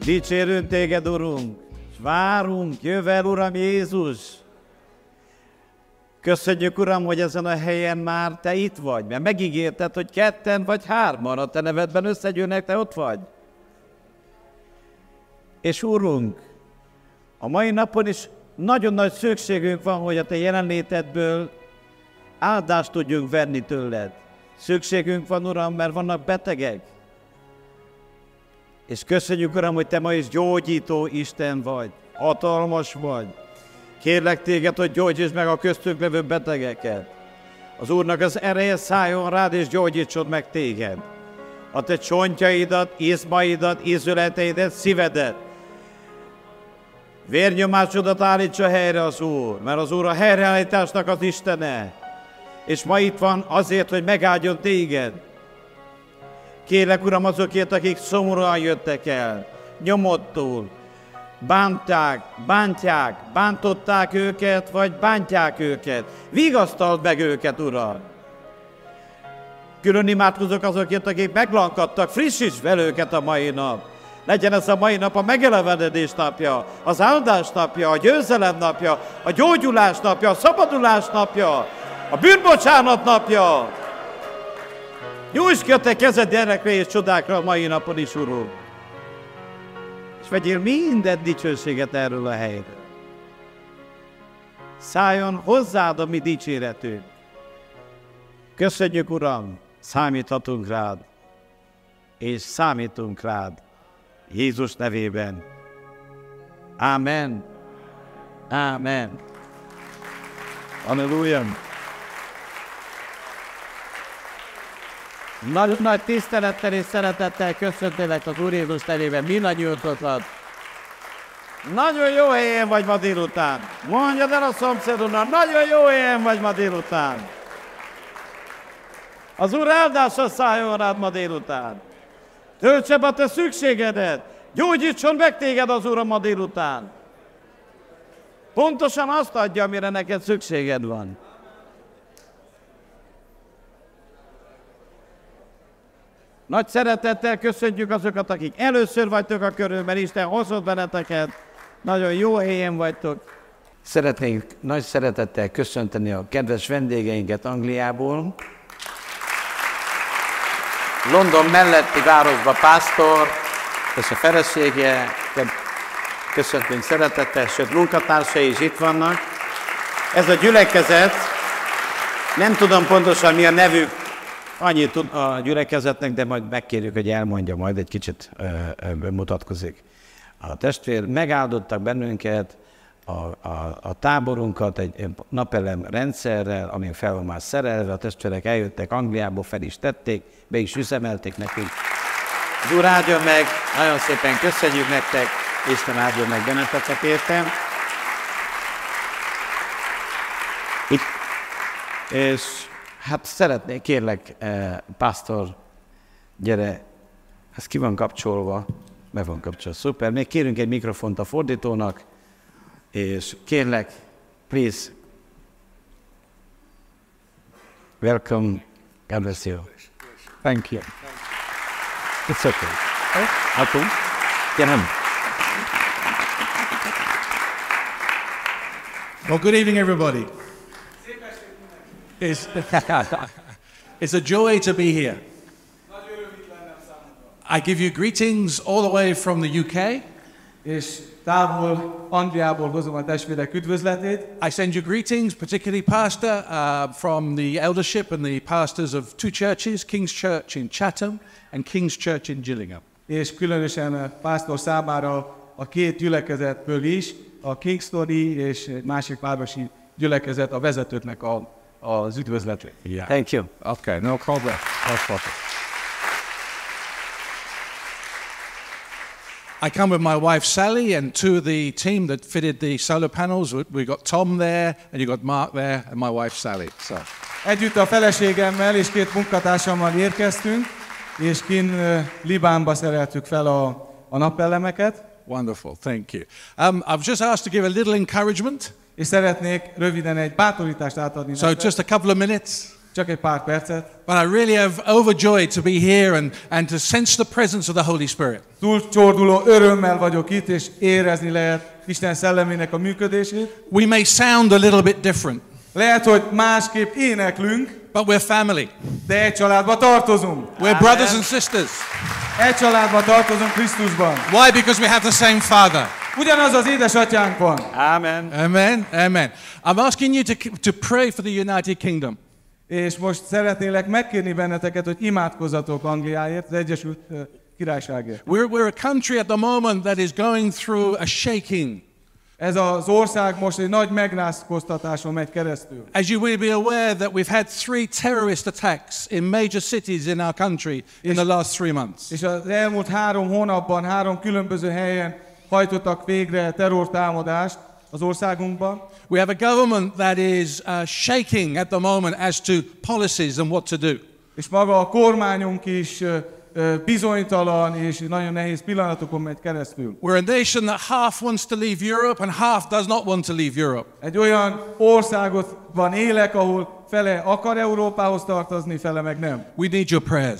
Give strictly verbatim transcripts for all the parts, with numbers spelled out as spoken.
Dicsérünk téged, Urunk, és várunk, jövel, Uram Jézus. Köszönjük, Uram, hogy ezen a helyen már te itt vagy, mert megígérted, hogy ketten vagy hárman a te nevedben összegyűlnek, te ott vagy. És Urunk, a mai napon is nagyon nagy szükségünk van, hogy a te jelenlétedből áldást tudjunk venni tőled. Szükségünk van, Uram, mert vannak betegek. És köszönjük, Uram, hogy te ma is gyógyító Isten vagy, hatalmas vagy. Kérlek téged, hogy gyógyítsd meg a köztünk levő betegeket. Az Úrnak az ereje szálljon rád, és gyógyítsod meg téged. A te csontjaidat, izmaidat, ízületeidet, szívedet. Vérnyomásodat állítsa helyre az Úr, mert az Úr a helyreállításnak az Istene. És ma itt van azért, hogy megáldjon téged. Kérlek, Uram, azokért, akik szomorúan jöttek el, nyomottul, bánták, bántják, bántották őket, vagy bántják őket. Vigasztald meg őket, Uram! Külön imádkozok azokért, akik meglankadtak, frissíts fel őket a mai nap. Legyen ez a mai nap a megelevenedés napja, az áldás napja, a győzelem napja, a gyógyulás napja, a szabadulás napja, a bűnbocsánat napja. Nyújtsd ki a te kezed gyerekre és csodákra a mai napon is, Urunk. És vegyél minden dicsőséget erről a helyről. Szálljon hozzád a mi dicséretünk. Köszönjük, Uram, számíthatunk rád, és számítunk rád. Jézus nevében. Ámen. Ámen. Halleluja. Nagyon nagy tisztelettel és szeretettel köszöntelek az Úr Jézus nevében mindannyiótokat. Nagyon jó helyen vagy ma délután. Mondjad el a szomszédodnak, nagyon jó helyen vagy ma délután. Az Úr áldása szálljon rád ma délután. Töltse be a te szükségedet. Gyógyítson meg téged az Úr ma délután. Pontosan azt adja, amire neked szükséged van. Nagy szeretettel köszöntjük azokat, akik először vagytok a körülben, Isten hozott benneteket. Nagyon jó helyen vagytok. Szeretnénk nagy szeretettel köszönteni a kedves vendégeinket Angliából. London melletti városba pásztor, és a felesége, köszöntünk szeretettel, sőt munkatársai is itt vannak. Ez a gyülekezet, nem tudom pontosan mi a nevük, annyit tud a gyülekezetnek, de majd megkérjük, hogy elmondja, majd egy kicsit bemutatkozik. A testvér megáldottak bennünket, a, a, a táborunkat egy napelem rendszerrel, ami fel van már szerelve, a testvérek eljöttek Angliából, fel is tették, be is üzemelték nekünk. Az Úr áldjon meg, nagyon szépen köszönjük nektek, Isten áldjon meg benneteket értem. Itt, és hát szeretnék, kérlek, eh, pásztor, gyere, ez ki van kapcsolva, be van kapcsolva, szuper. Még kérünk egy mikrofont a fordítónak, és kérlek, please, welcome, God bless you. Thank you. It's okay. Hatunk? Gyerem. Well, good evening, everybody. It's, it's a joy to be here. I give you greetings all the way from the U K. És távol Angliából hozom a testvérek üdvözletét. I send you greetings, particularly Pastor, uh, from the eldership and the pastors of two churches, King's Church in Chatham and King's Church in Gillingham. És különösen a pásztor számára a két gyülekezetből is, a Kingstoni és egy másik városi gyülekezet a vezetőknek a, az üdvözletét. Yeah. Thank you. Okay, no problem. No problem. I come with my wife Sally and two of the team that fitted the solar panels. We got Tom there and you got Mark there and my wife Sally. So. Együtt a feleségemmel és két munkatársammal érkeztünk, és kint uh, Libánba szereltük fel a, a napelemeket. Wonderful, thank you. Um, I've just asked to give a little encouragement. És szeretnék röviden egy bátorítást átadni. So nektek. just a couple of minutes. Csak egy pár percet. But I really have overjoyed to be here and, and to sense the presence of the Holy Spirit. Túl csorduló örömmel vagyok itt, és érezni lehet Isten szellemének a működését. We may sound a little bit different, Lehet, hogy másképp éneklünk, but we're family. de egy családba tartozunk. We're brothers and sisters. Egy családba tartozunk Krisztusban. Why? Because we have the same Father. Ugyanaz az édesatyánk van. Amen. Amen. Amen. I'm asking you to, to pray for the United Kingdom. És most szeretnélek megkérni benneteket, hogy imádkozzatok Angliáért, az Egyesült uh, Királyságért. We're, we're a country at the moment that is going through a shaking. Ez az ország most egy nagy megrázkóztatáson megy keresztül. As you will be aware that we've had three terrorist attacks in major cities in our country in the last three months. És az elmúlt három hónapban három különböző helyen hajtottak végre terrortámadást az országunkban. We have a government that is uh, shaking at the moment as to policies and what to do. És maga a kormányunk is uh, uh, bizonytalan és nagyon nehéz pillanatokon megy keresztül. We're a nation that half wants to leave Europe and half does not want to leave Europe. Egy olyan országot van élek, ahol fele akar Európához tartozni, fele meg nem. We need your prayers.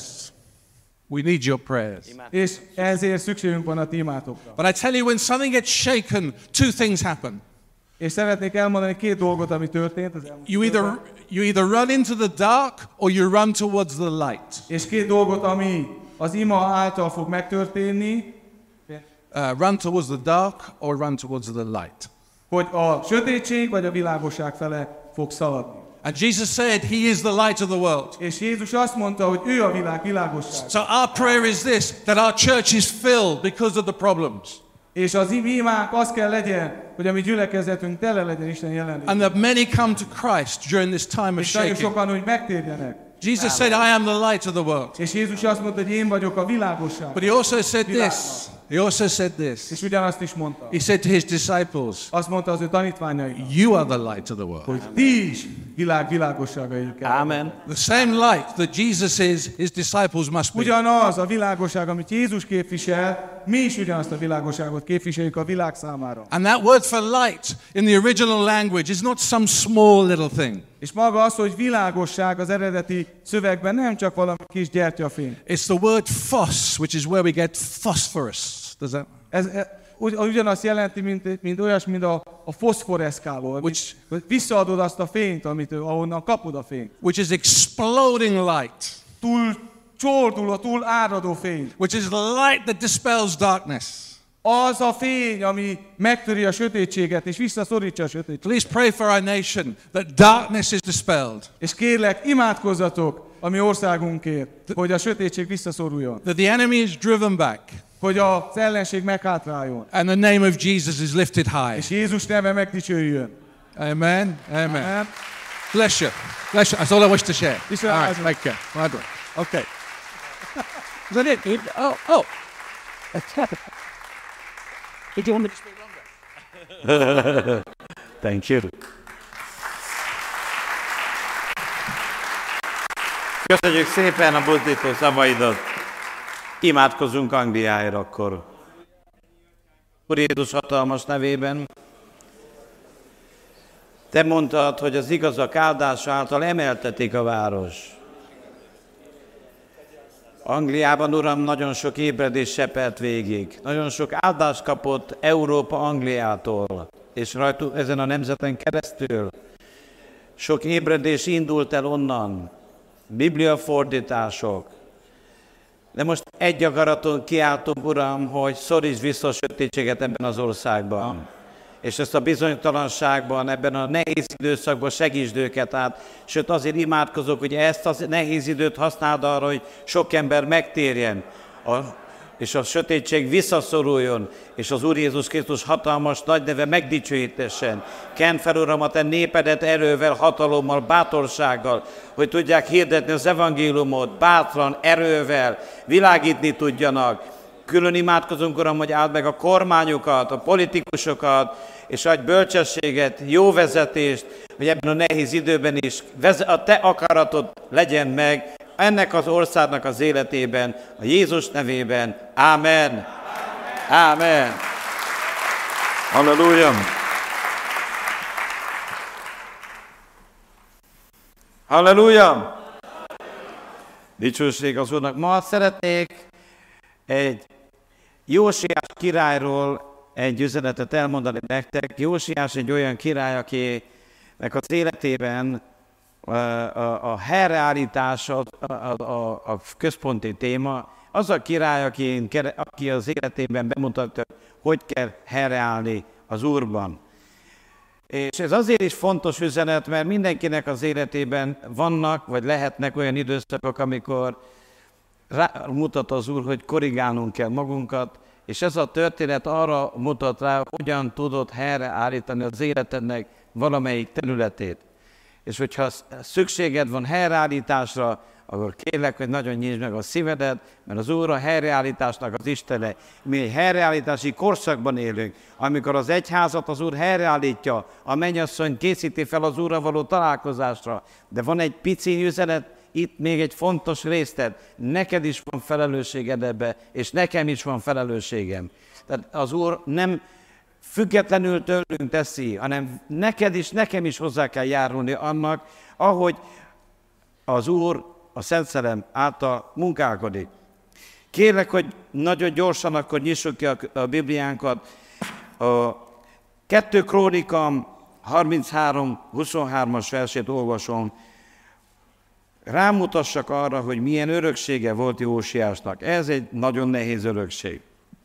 We need your prayers. És ezért szükségünk van a ti imátokra. But I tell you, when something gets shaken, two things happen. És szeretnék elmondani két dolgot, ami történt az elmúlt You either, időben. you either run into the dark or you run towards the light. És két dolgot, ami az ima által fog megtörténni, Uh, run towards the dark or run towards the light. hogy a sötétség vagy a világosság fele fog szaladni. And Jesus said he is the light of the world. És Jézus azt mondta, hogy ő a világ világosság. So our prayer is this, that our church is filled because of the problems. És az imánk az kell legyen, hogy a mi gyülekezetünk tele legyen Isten jelenlétével. And that many come to Christ during this time of És nagyon shaking. sokan, hogy megtérjenek. Jesus said, I am the light of the world. És Jézus azt mondta, hogy én vagyok a világosság. But he also said this. He also said this. És ugyanazt is mondta. He said to his disciples, Azt mondta az ő tanítványai, you are the light of the world. hogy ti is világ világosságai kell. Amen. The same light that Jesus is, his disciples must be. Ugyanaz a világosság, amit Jézus képvisel, mi is ugyanazt a világosságot képviseljük a világ számára. And that word for light in the original language is not some small little thing. És maga az, hogy világosság az eredeti szövegben nem csak valami kis gyertyafény. It's the word phos, which is where we get phosphorus. Does that? Ez e, ugy, ugyanazt jelenti, mint, mint olyas, mint a, a foszforeszkáló. Which- Hogy visszaadod azt a fényt, amit, ahonnan kapod a fényt. Which is exploding light. Túl csorduló, túl áradó fény. Which is the light that dispels darkness. Az a fény, ami megtöri a sötétséget, és visszaszorítsa a sötétséget. Please pray for our nation that darkness is dispelled. És kérlek, imádkozzatok a mi országunkért, hogy a sötétség visszaszoruljon. That the enemy is driven back. Hogy az ellenség meghátráljon. And the name of Jesus is lifted high. És Jézus neve megdicsőjön. Amen. Amen. Amen. Bless you. Bless you. That's all I wish to share. This All right. is- Take care. Bye-bye. Okay. Is that it? Oh, oh. That's happened. Did you want me to speak longer? Thank you. Köszönjük szépen a buzdító szavaidat. Imádkozunk Angliáért akkor. Úr Jézus hatalmas nevében, Te mondtad, hogy az igazak áldása által emeltetik a város. Angliában, Uram, nagyon sok ébredés sepelt végig. Nagyon sok áldást kapott Európa Angliától, és rajtuk ezen a nemzeten keresztül. Sok ébredés indult el onnan, bibliafordítások. De most egy akaraton kiáltunk, Uram, hogy szorítsd vissza a sötétséget ebben az országban. És ezt a bizonytalanságban, ebben a nehéz időszakban segítsd őket át. Sőt, azért imádkozok, hogy ezt a nehéz időt használd arra, hogy sok ember megtérjen, a, és a sötétség visszaszoruljon, és az Úr Jézus Krisztus hatalmas nagy neve megdicsőítessen. Kend fel, Uram, a Te népedet erővel, hatalommal, bátorsággal, hogy tudják hirdetni az evangéliumot, bátran, erővel, világítni tudjanak. Külön imádkozunk, Uram, hogy áld meg a kormányokat, a politikusokat, és adj bölcsességet, jó vezetést, hogy ebben a nehéz időben is a Te akaratod legyen meg ennek az országnak az életében, a Jézus nevében. Ámen. Ámen. Halleluja. Halleluja! Dicsőség az Úrnak. Ma szeretnék egy Jósiás királyról egy üzenetet elmondani nektek. Jósiás egy olyan király, akinek az életében a, a, a helyreállítás a, a, a, a központi téma. Az a király, aki, aki az életében bemutatta, hogy kell helyreállni az Úrban. És ez azért is fontos üzenet, mert mindenkinek az életében vannak, vagy lehetnek olyan időszakok, amikor mutat az Úr, hogy korrigálnunk kell magunkat, és ez a történet arra mutat rá, hogyan tudod helyreállítani az életednek valamelyik területét. És hogyha szükséged van helyreállításra, akkor kérlek, hogy nagyon nyisd meg a szívedet, mert az Úr a helyreállításnak az Istene. Mi egy helyreállítási korszakban élünk, amikor az egyházat az Úr helyreállítja, a mennyasszony készíti fel az Úrral való találkozásra. De van egy pici üzenet, itt még egy fontos részted. Neked is van felelősséged ebbe, és nekem is van felelősségem. Tehát az Úr nem függetlenül tőlünk teszi, hanem neked is, nekem is hozzá kell járulni annak, ahogy az Úr a Szent Szellem által munkálkodik. Kérlek, hogy nagyon gyorsan akkor nyissuk ki a, a Bibliánkat. A kettő Krónika harminchárom huszonhármas versét olvasom. Rámutassak arra, hogy milyen öröksége volt Jósiásnak. Ez egy nagyon nehéz örökség.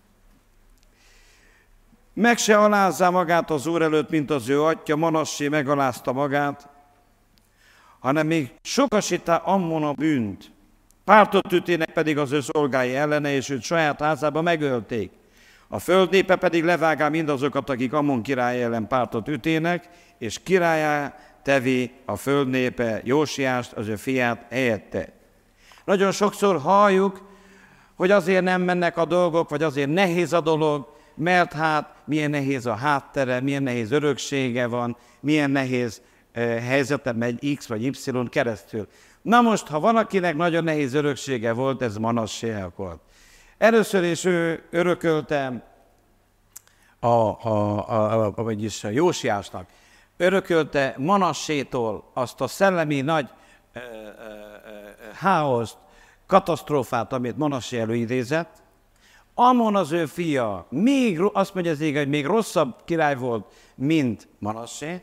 Meg se alázzá magát az Úr előtt, mint az ő atya, Manassé megalázta magát, hanem még sokasítá Ammon a bűnt. Pártot ütének pedig az ő szolgái ellene, és őt saját házába megölték. A föld népe pedig levágá mindazokat, akik Ammon király ellen pártot ütének, és királyá tevi a föld népe Jósiást, az ő fiát helyette. Nagyon sokszor halljuk, hogy azért nem mennek a dolgok, vagy azért nehéz a dolog, mert hát milyen nehéz a háttere, milyen nehéz öröksége van, milyen nehéz eh, helyzete megy X vagy Y keresztül. Na most, ha valakinek nagyon nehéz öröksége volt, ez Manassénak volt. Először is ő örökölte a, a, a, a, vagyis a Jósiásnak, örökölte Manassétól azt a szellemi nagy e, e, e, háoszt, katasztrófát, amit Manassé előidézett. Ammon az ő fia, még, azt mondja az ige, hogy még rosszabb király volt, mint Manassé.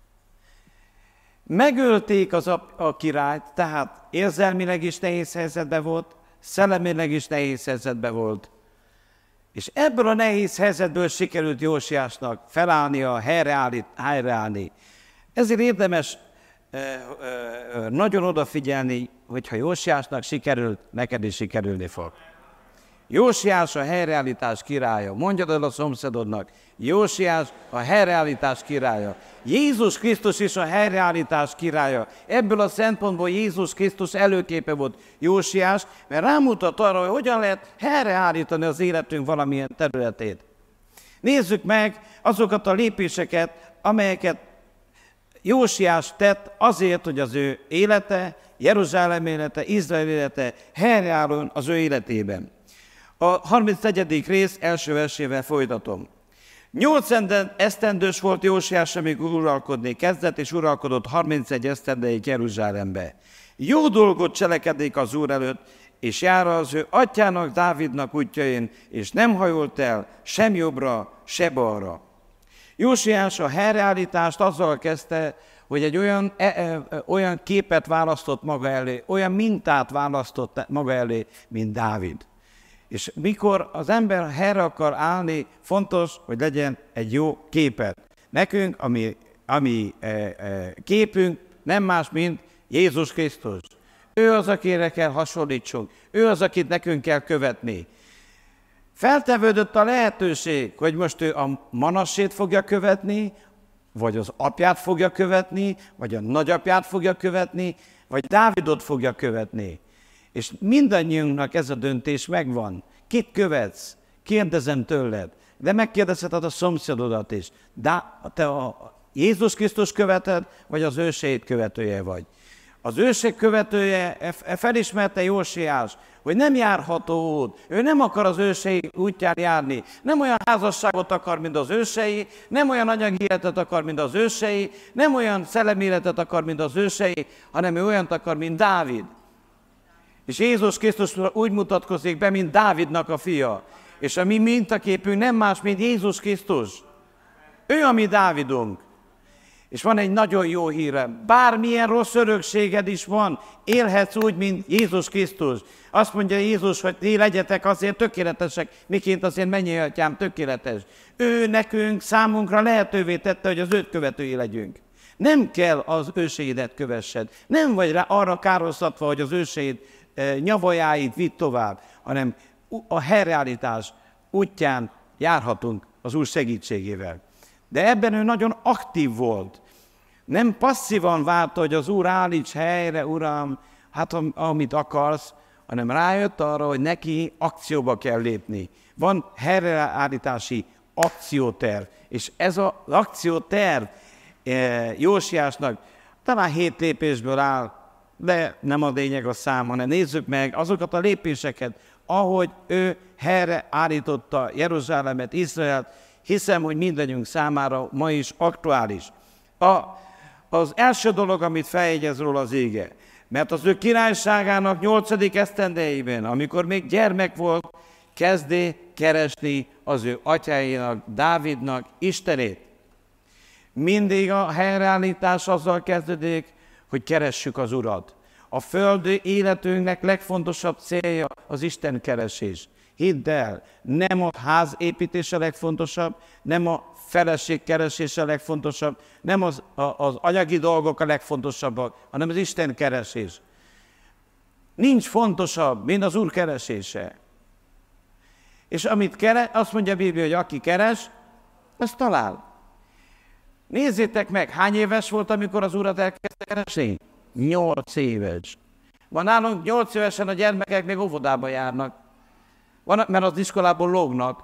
Megölték az a, a királyt, tehát érzelmileg is nehéz helyzetben volt, szellemileg is nehéz helyzetben volt. És ebből a nehéz helyzetből sikerült Jósiásnak felállnia, helyreállni, helyreállni. Ezért érdemes ö, ö, nagyon odafigyelni, hogyha Jósiásnak sikerült, neked is sikerülni fog. Jósiás a helyreállítás királya. Mondjad el a szomszédodnak, Jósiás a helyreállítás királya. Jézus Krisztus is a helyreállítás királya. Ebből a szempontból Jézus Krisztus előképe volt Jósiás, mert rámutat arra, hogy hogyan lehet helyreállítani az életünk valamilyen területét. Nézzük meg azokat a lépéseket, amelyeket Jósiás tett azért, hogy az ő élete, Jeruzsálem élete, Izrael élete helyreálljon az ő életében. A harmincnegyedik rész első versével folytatom. Nyolc esztendős volt Jósiás, amíg uralkodni kezdett, és uralkodott harmincegy esztendeig Jeruzsálembe. Jó dolgot cselekedik az Úr előtt, és jár az ő atyának, Dávidnak útjain, és nem hajolt el sem jobbra, se balra. Jósiás a helyreállítást azzal kezdte, hogy egy olyan, e, e, olyan képet választott maga elé, olyan mintát választott maga elé, mint Dávid. És mikor az ember helyre akar állni, fontos, hogy legyen egy jó képet. Nekünk, ami, ami e, e, képünk nem más, mint Jézus Krisztus. Ő az, akire kell hasonlítsunk. Ő az, akit nekünk kell követni. Feltevődött a lehetőség, hogy most ő a Manassét fogja követni, vagy az apját fogja követni, vagy a nagyapját fogja követni, vagy Dávidot fogja követni. És mindannyiunknak ez a döntés megvan. Kit követsz? Kérdezem tőled. De megkérdezheted a szomszédodat is. De te a Jézus Krisztus követed, vagy az őseit követője vagy? Az őség követője felismerte Jósiás, hogy nem járható út. Ő nem akar az ősei útján járni. Nem olyan házasságot akar, mint az ősei, nem olyan anyagi életet akar, mint az ősei, nem olyan szellemi életet akar, mint az ősei, hanem ő olyant akar, mint Dávid. És Jézus Krisztus úgy mutatkozik be, mint Dávidnak a fia. És a mi mintaképünk nem más, mint Jézus Krisztus. Ő a mi Dávidunk. És van egy nagyon jó hírem. Bármilyen rossz örökséged is van, élhetsz úgy, mint Jézus Krisztus. Azt mondja Jézus, hogy ti legyetek azért tökéletesek, miként az én mennyi atyám tökéletes. Ő nekünk, számunkra lehetővé tette, hogy az őt követői legyünk. Nem kell az őseidet kövessed. Nem vagy rá arra károsztatva, hogy az őseid e, nyavajáit vidd tovább, hanem a helyreállítás útján járhatunk az Úr segítségével. De ebben ő nagyon aktív volt. Nem passzívan várta, hogy az Úr állíts helyre, Uram, hát amit akarsz, hanem rájött arra, hogy neki akcióba kell lépni. Van helyreállítási akcióterv, és ez az akcióterv Jósiásnak talán hét lépésből áll, de nem a lényeg a szám, hanem nézzük meg azokat a lépéseket, ahogy ő helyreállította Jeruzsálemet, Izraelt. Hiszem, hogy mindannyiunk számára ma is aktuális. A, az első dolog, amit feljegyez róla az ége, mert az ő királyságának nyolcadik esztendejében, amikor még gyermek volt, kezdé keresni az ő atyáinak, Dávidnak Istenét. Mindig a helyreállítás azzal kezdődik, hogy keressük az Urat. A földi életünknek legfontosabb célja az Isten keresés. Hidd el, nem a ház építése legfontosabb, nem a feleség keresése legfontosabb, nem az, a, az anyagi dolgok a legfontosabbak, hanem az Isten keresés. Nincs fontosabb, mint az Úr keresése. És amit keres, azt mondja a Biblia, hogy aki keres, azt talál. Nézzétek meg, hány éves volt, amikor az Urat elkezdte keresni? Nyolc éves. Van nálunk nyolc évesen a gyermekek még óvodába járnak. Van, mert az iskolából lógnak.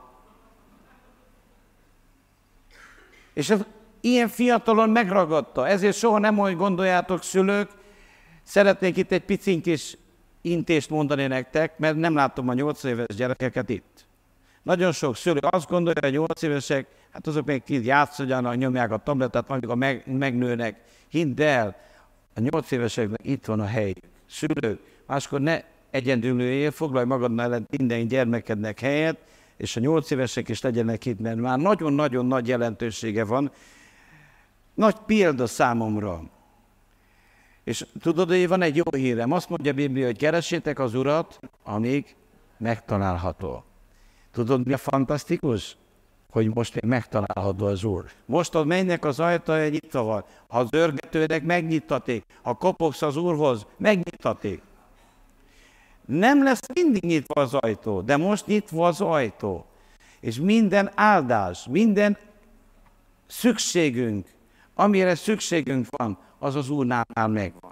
És ez ilyen fiatalon megragadta. Ezért soha nem úgy gondoljátok, szülők, szeretnék itt egy picink kis intést mondani nektek, mert nem látom a nyolc éves gyerekeket itt. Nagyon sok szülő azt gondolja, hogy nyolc évesek, hát azok még kint játszodjanak, nyomják a tabletet, amikor meg, megnőnek. Hidd el, a nyolc éveseknek itt van a hely. Szülők, máskor ne egyedülőjél, foglalj magad mellett minden gyermekednek helyet, és a nyolc évesek is legyenek itt, mert már nagyon-nagyon nagy jelentősége van. Nagy példa számomra. És tudod, hogy van egy jó hírem. Azt mondja a Biblia, hogy keressétek az Urat, amíg megtalálható. Tudod, mi a fantasztikus? Hogy most még megtalálható az Úr. Most ott mennek az ajtaja nyitva van. Ha az örgetőnek megnyitaték, ha kopogsz az Úrhoz, megnyitaték. Nem lesz mindig nyitva az ajtó, de most nyitva az ajtó. És minden áldás, minden szükségünk, amire szükségünk van, az az Úrnál megvan.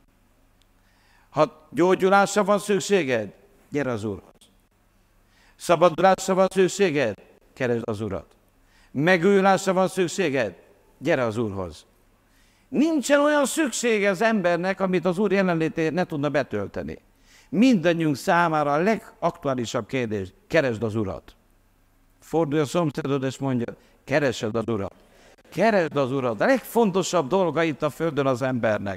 Ha gyógyulásra van szükséged, gyere az Úrhoz. Szabadulásra van szükséged, keresd az Urat. Megújulásra van szükséged, gyere az Úrhoz. Nincsen olyan szüksége az embernek, amit az Úr jelenlétét ne tudna betölteni. Mindannyiunk számára a legaktuálisabb kérdés, keresd az Urat. Fordulj a szomszédod és mondja, keresed az Urat. Keresd az Urat. A legfontosabb dolga itt a földön az embernek.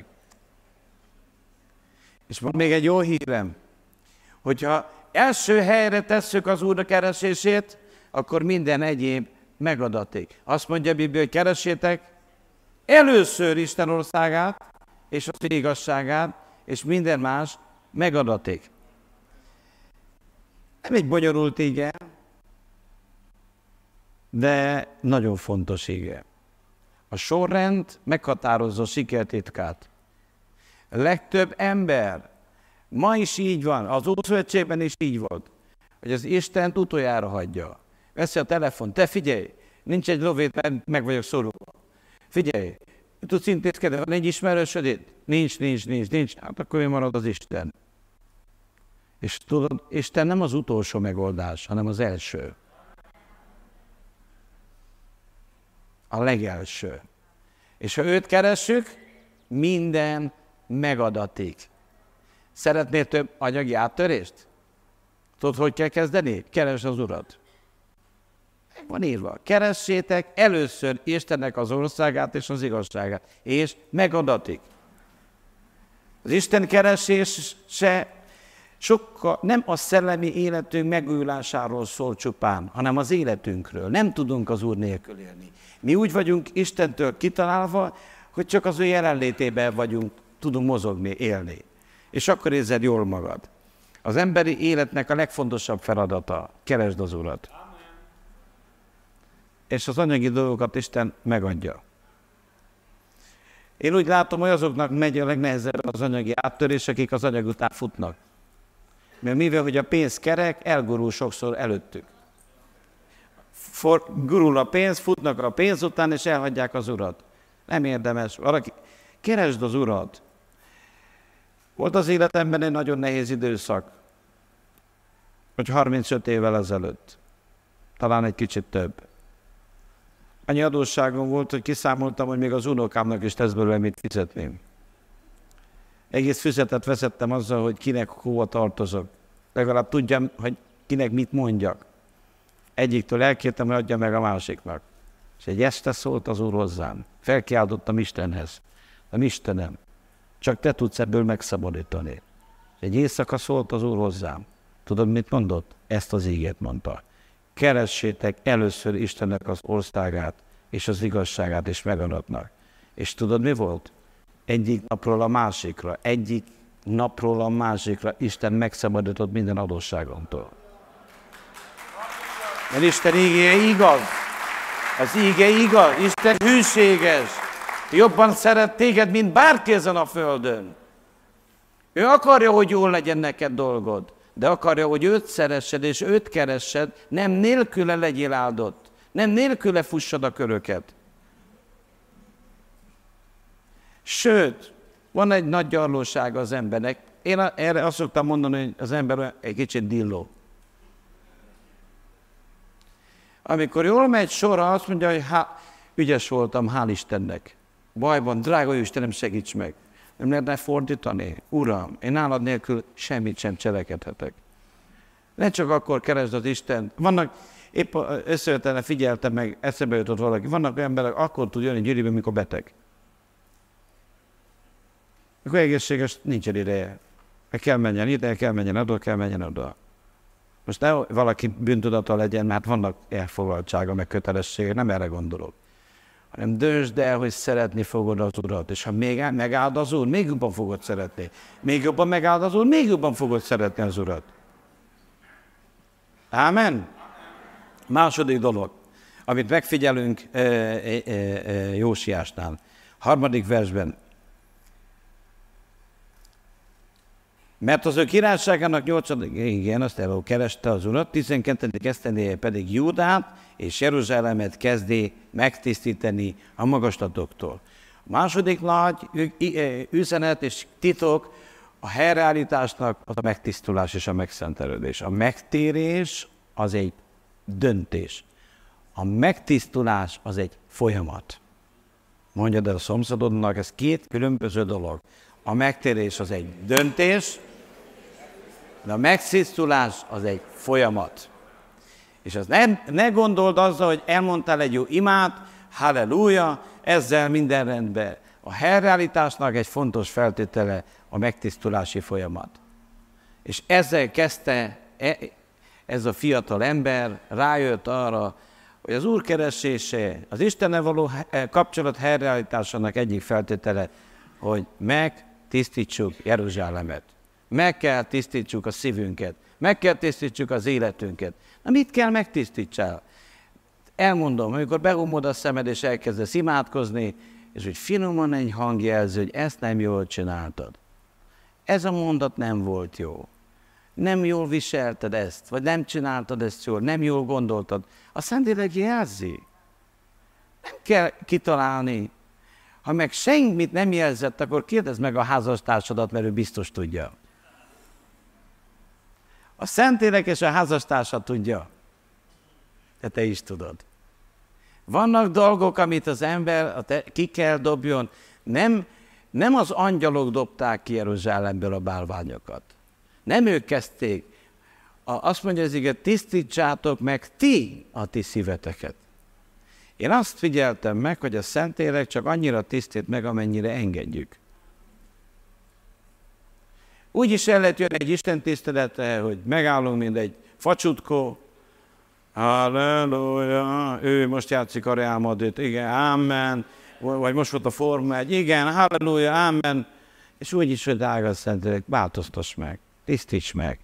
És van még egy jó hírem, hogyha első helyre tesszük az Úr keresését, akkor minden egyéb megadatik. Azt mondja a Biblia, hogy keressétek először Isten országát, és az igazságát, és minden más megadatik. Nem egy bonyolult ige, de nagyon fontos ige. A sorrend meghatározza a sikertitkát. A legtöbb ember, ma is így van, az Ószövetségben is így volt, hogy az Istent utoljára hagyja. Veszi a telefon, te figyelj, nincs egy lovét, mert meg vagyok szorulva. Figyelj, tudsz intézkedni, van egy ismerősöd itt? Nincs, nincs, nincs, nincs. Hát akkor mi marad az Isten? És tudod, Isten nem az utolsó megoldás, hanem az első. A legelső. És ha őt keressük, minden megadatik. Szeretnél több anyagi áttörést? Tudod, hogy kell kezdeni? Keresd az Urat. Meg van írva. Keressétek először Istennek az országát és az igazságát, és megadatik. Az Isten keresése sokkal nem a szellemi életünk megújulásáról szól csupán, hanem az életünkről. Nem tudunk az Úr nélkül élni. Mi úgy vagyunk Istentől kitalálva, hogy csak az ő jelenlétében vagyunk, tudunk mozogni, élni. És akkor érzed jól magad. Az emberi életnek a legfontosabb feladata, keresd az Urat. Amen. És az anyagi dolgokat Isten megadja. Én úgy látom, hogy azoknak megy a legnehezebb az anyagi áttörés, akik az anyag után futnak. Mert mivel, hogy a pénz kerek, elgurul sokszor előttük. For, gurul a pénz, futnak a pénz után, és elhagyják az Urat. Nem érdemes. Valaki, keresd az Urat. Volt az életemben egy nagyon nehéz időszak, hogy harmincöt évvel ezelőtt, talán egy kicsit több. Annyi adósságom volt, hogy kiszámoltam, hogy még az unokámnak is tesz belőle mit fizetném. Egész füzetet vezettem azzal, hogy kinek hova tartozok. Legalább tudjam, hogy kinek mit mondjak. Egyiktől elkértem, hogy adja meg a másiknak. És egy este szólt az Úr hozzám. Felkiáltottam Istenhez. Nem Istenem, csak te tudsz ebből megszabadítani. És egy éjszaka szólt az Úr hozzám. Tudod, mit mondott? Ezt az ígét mondta. Keressétek először Istennek az országát és az igazságát, és megadatnak. És tudod, mi volt? Egyik napról a másikra, egyik napról a másikra Isten megszabadított minden adósságomtól. Mert Isten ígéje igaz. Az íge igaz. Isten hűséges. Jobban szeret téged, mint bárki ezen a földön. Ő akarja, hogy jól legyen neked dolgod, de akarja, hogy őt szeressed, és őt keressed, nem nélküle legyél áldott. Nem nélküle fussad a köröket. Sőt, van egy nagy gyarlósága az embernek. Én erre azt szoktam mondani, hogy az ember egy kicsit dilló. Amikor jól megy sorra, azt mondja, hogy há, ügyes voltam, hál' Istennek. Bajban, drága Istenem, segíts meg. Nem lehetne fordítani? Uram, én nálad nélkül semmit sem cselekedhetek. Ne csak akkor keresd az Istent. Vannak, épp összejöttene figyeltem meg, eszembe jutott valaki. Vannak olyan emberek, akkor tud jönni gyűlibe, mikor beteg. Akkor egészséges, nincsen ideje. Meg kell menjen ide, kell menjen oda, kell menjen oda. Most ne valaki bűntudata legyen, mert vannak elfoglaltsága, meg kötelessége, nem erre gondolok. Hanem döntsd el, hogy szeretni fogod az Urat, és ha még megáld az Úr, még jobban fogod szeretni. Még jobban megáld az Úr, még jobban fogod szeretni az Urat. Ámen? Második dolog, amit megfigyelünk e, e, e, Jósiásnál. Harmadik versben. Mert az ő királyságának nyolcadik, igen, azt elő kereste az Urat, tizenkettedik esztendeje pedig Júdát és Jeruzsálemet kezdi megtisztítani a magaslatoktól. A második nagy üzenet és titok a helyreállításnak az a megtisztulás és a megszentelődés. A megtérés az egy döntés. A megtisztulás az egy folyamat. Mondjad el a szomszédodnak, ez két különböző dolog. A megtérés az egy döntés, de a megtisztulás az egy folyamat. És az ne, ne gondold azzal, hogy elmondtál egy jó imát, halleluja, ezzel minden rendben. A helyreállításnak egy fontos feltétele a megtisztulási folyamat. És ezzel kezdte ez a fiatal ember, rájött arra, hogy az Úr keresése, az Istennel való kapcsolat helyreállításának egyik feltétele, hogy megtisztítsuk Jeruzsálemet. Meg kell tisztítsuk a szívünket. Meg kell tisztítsuk az életünket. Na mit kell megtisztítsál? Elmondom, amikor behumod a szemed és elkezdesz imádkozni, és hogy finoman egy hangjelző, hogy ezt nem jól csináltad. Ez a mondat nem volt jó. Nem jól viselted ezt, vagy nem csináltad ezt jól, nem jól gondoltad. A Szentlélek jelzi. Nem kell kitalálni. Ha meg semmit nem jelzett, akkor kérdezd meg a házastársadat, mert ő biztos tudja. A Szentlélek és a házastársad tudja. De te is tudod. Vannak dolgok, amit az ember ki kell dobjon. Nem Nem az angyalok dobták ki Jeruzsálemből a bálványokat. Nem ők kezdték. Azt mondja az ige, tisztítsátok meg ti a ti szíveteket. Én azt figyeltem meg, hogy a Szentlélek csak annyira tisztít meg, amennyire engedjük. Úgy is el lehet jönni egy Isten tiszteletre, hogy megállunk, mint egy facsutkó. Halleluja, ő most játszik a Real Madrid, igen, amen. Vagy most volt a Forma egy, igen, halleluja, amen. És úgy is, hogy drága Szentlélek, változtass meg, tisztíts meg.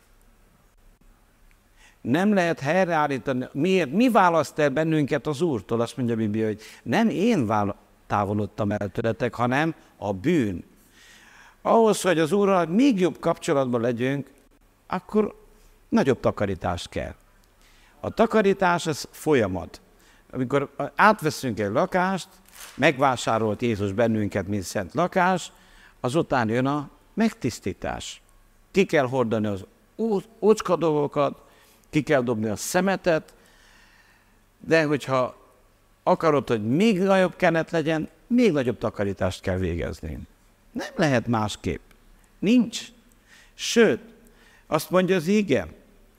Nem lehet helyreállítani. Miért? Mi választ el bennünket az Úrtól? Azt mondja a Biblia, hogy nem én távolodtam el tőletek, hanem a bűn. Ahhoz, hogy az Úrral még jobb kapcsolatban legyünk, akkor nagyobb takarítást kell. A takarítás az folyamat. Amikor átveszünk egy lakást, megvásárolt Jézus bennünket, mint szent lakás, azután jön a megtisztítás. Ki kell hordani az ócska dolgokat, ki kell dobni a szemetet, de hogyha akarod, hogy még nagyobb kenet legyen, még nagyobb takarítást kell végezni. Nem lehet másképp. Nincs. Sőt, azt mondja az ige,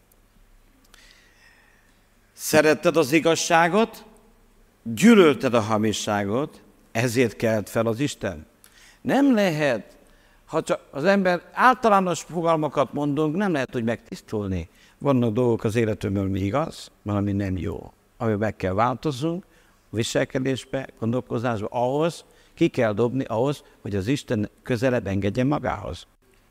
szeretted az igazságot, gyűlölted a hamisságot, ezért kelt fel az Isten. Nem lehet, ha csak az ember általános fogalmakat mondunk, nem lehet, hogy megtisztulni. Vannak dolgok az életünkből, mi igaz, valami nem jó, amiben meg kell változzunk, viselkedésbe, gondolkozásba, ahhoz, ki kell dobni ahhoz, hogy az Isten közelebb engedjen magához.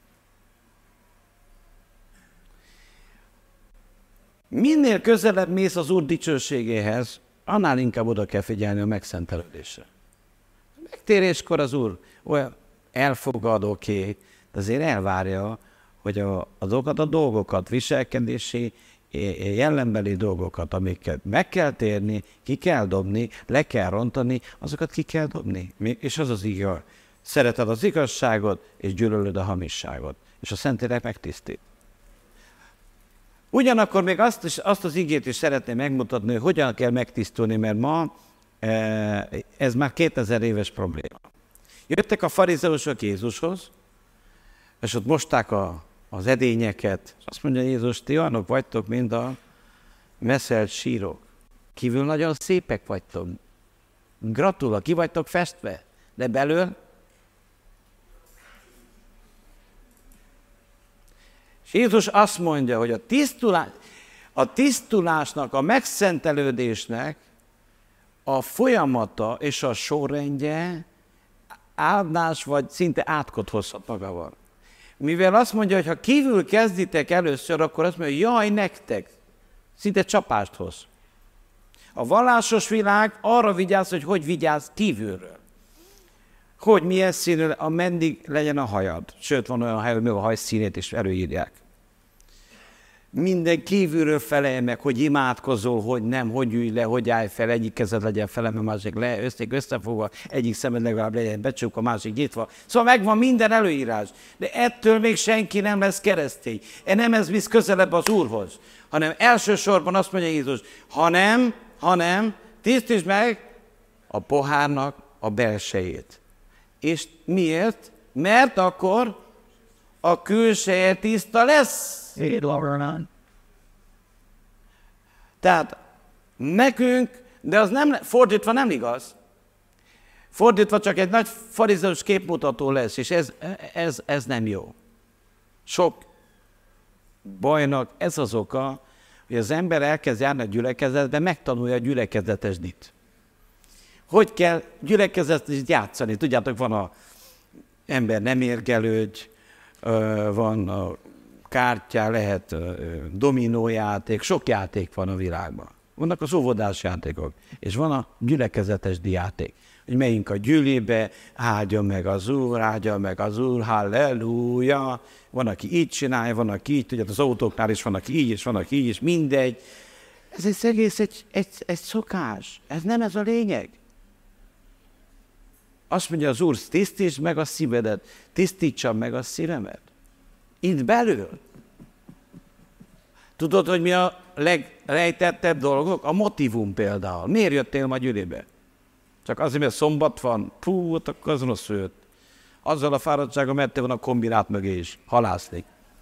Minél közelebb mész az Úr dicsőségéhez, annál inkább oda kell figyelni a megszentelődésre. Megtéréskor az Úr olyan elfogadóké, de azért elvárja, hogy a, azokat a dolgokat, viselkedési, jellembeli dolgokat, amiket meg kell térni, ki kell dobni, le kell rontani, azokat ki kell dobni. És az az igaz. Szereted az igazságot, és gyűlölöd a hamisságot. És a Szentlélek megtisztít. Ugyanakkor még azt, is, azt az igét is szeretném megmutatni, hogy hogyan kell megtisztulni, mert ma ez már kétezer éves probléma. Jöttek a farizeusok Jézushoz, és ott mosták a, az edényeket, és azt mondja Jézus, ti olyanok vagytok, mint a meszelt sírok. Kívül nagyon szépek vagytok. Gratulálok, ki vagytok festve, de belül. És Jézus azt mondja, hogy a, tisztulás, a tisztulásnak, a megszentelődésnek a folyamata és a sorrendje áldás vagy szinte átkot hozhat magával. Mivel azt mondja, hogy ha kívül kezditek először, akkor azt mondja, jaj nektek, szinte csapást hoz. A vallásos világ arra vigyáz, hogy hogy vigyáz kívülről. Hogy milyen színű, ameddig legyen a hajad. Sőt, van olyan hely, hogy még a haj színét is előírják. Minden kívülről felelj meg, hogy imádkozol, hogy nem, hogy ülj le, hogy állj fel, egyik kezed legyen felem, a másik le, összék összefogva, egyik szemed legalább legyen becsukva, a másik nyitva. Szóval megvan minden előírás, de ettől még senki nem lesz keresztény. E nem ez visz közelebb az Úrhoz, hanem elsősorban azt mondja Jézus, hanem, hanem tisztítsd meg a pohárnak a belsejét. És miért? Mert akkor a külseje tiszta lesz. Tehát nekünk, de az nem, fordítva nem igaz. Fordítva csak egy nagy farizeus képmutató lesz, és ez, ez, ez nem jó. Sok bajnak ez az oka, hogy az ember elkezd járni a gyülekezetbe, megtanulja a gyülekezetesdit. Hogy kell gyülekezetesdit játszani? Tudjátok, van a ember nem érgelődj, van a kártya, lehet dominójáték, sok játék van a világban. Vannak az óvodás játékok, és van a gyülekezetesdi játék. Hogy megyünk a gyűlébe, áldjon meg az Úr, áldjon meg az Úr, halleluja. Van, aki így csinálja, van, aki így, tudjátok, az autóknál is van, aki így, és van, aki így, és mindegy. Ez egy egész egy, egy, egy szokás. Ez nem ez a lényeg. Azt mondja az Úr, tisztítsd meg a szívedet, tisztítsam meg a szívemet. Itt belül. Tudod, hogy mi a legrejtettebb dolgok? A motivum például. Miért jöttél ma gyűlébe? Csak azért, mert szombat van, pú, akkor az rossz jött. azzal a fáradtsággal mette van a kombinát mögé is, halászni.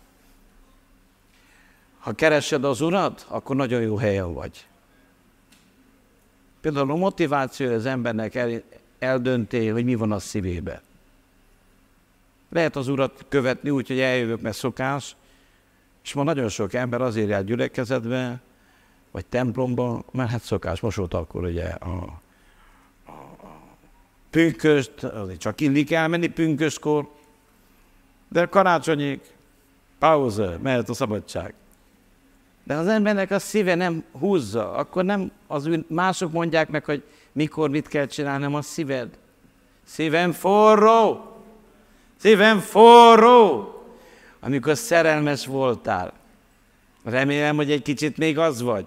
Ha keresed az Urat, akkor nagyon jó helyen vagy. Például a motiváció az embernek el, eldönti, hogy mi van a szívébe. Lehet az Urat követni úgy, hogy eljövök, mert szokás, és ma nagyon sok ember azért jár gyülekezetbe, vagy templomba, mert hát szokás, most volt akkor ugye a, a, a pünköst, azért csak illik elmenni pünköskor, de karácsonyig pauza, mehet a szabadság. De az embernek a szíve nem húzza, akkor nem az mások mondják meg, hogy mikor mit kell csinálni, hanem a szíved. Szívem forró, szívem forró, amikor szerelmes voltál. Remélem, hogy egy kicsit még az vagy.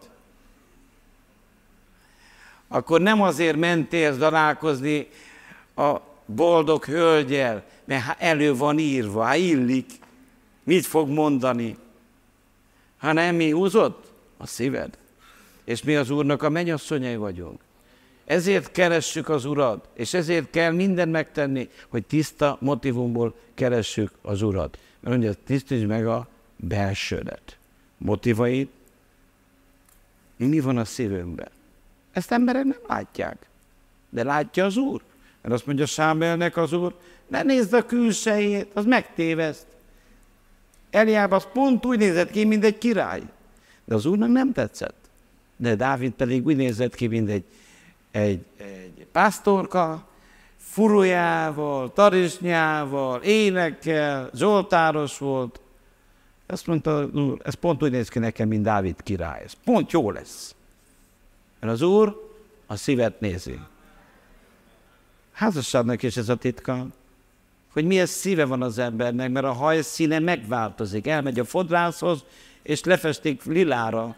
Akkor nem azért mentél találkozni a boldog hölgyel, mert elő van írva, hát illik, mit fog mondani, hanem mi húzott? A szíved. És mi az Úrnak a mennyasszonyai vagyunk. Ezért keressük az Urat, és ezért kell mindent megtenni, hogy tiszta motivumból keressük az Urat. Mert mondja, tisztítsd meg a belsődet, motivaid, mi van a szívünkben. Ezt emberek nem látják, de látja az Úr. Mert azt mondja Sámuelnek az Úr, ne nézd a külsejét, az megtéveszt. Eliáb az pont úgy nézett ki, mint egy király. De az Úrnak nem tetszett. De Dávid pedig úgy nézett ki, mint egy, egy, egy pásztorka, furójával, tarisnyával, énekkel, zsoltáros volt. Azt mondta az Úr, ez pont úgy néz ki nekem, mint Dávid király. Ez pont jó lesz. Mert az Úr a szívet nézi. Házasságnak is ez a titka, hogy milyen szíve van az embernek, mert a haj színe megváltozik. Elmegy a fodrászhoz, és lefestik lilára.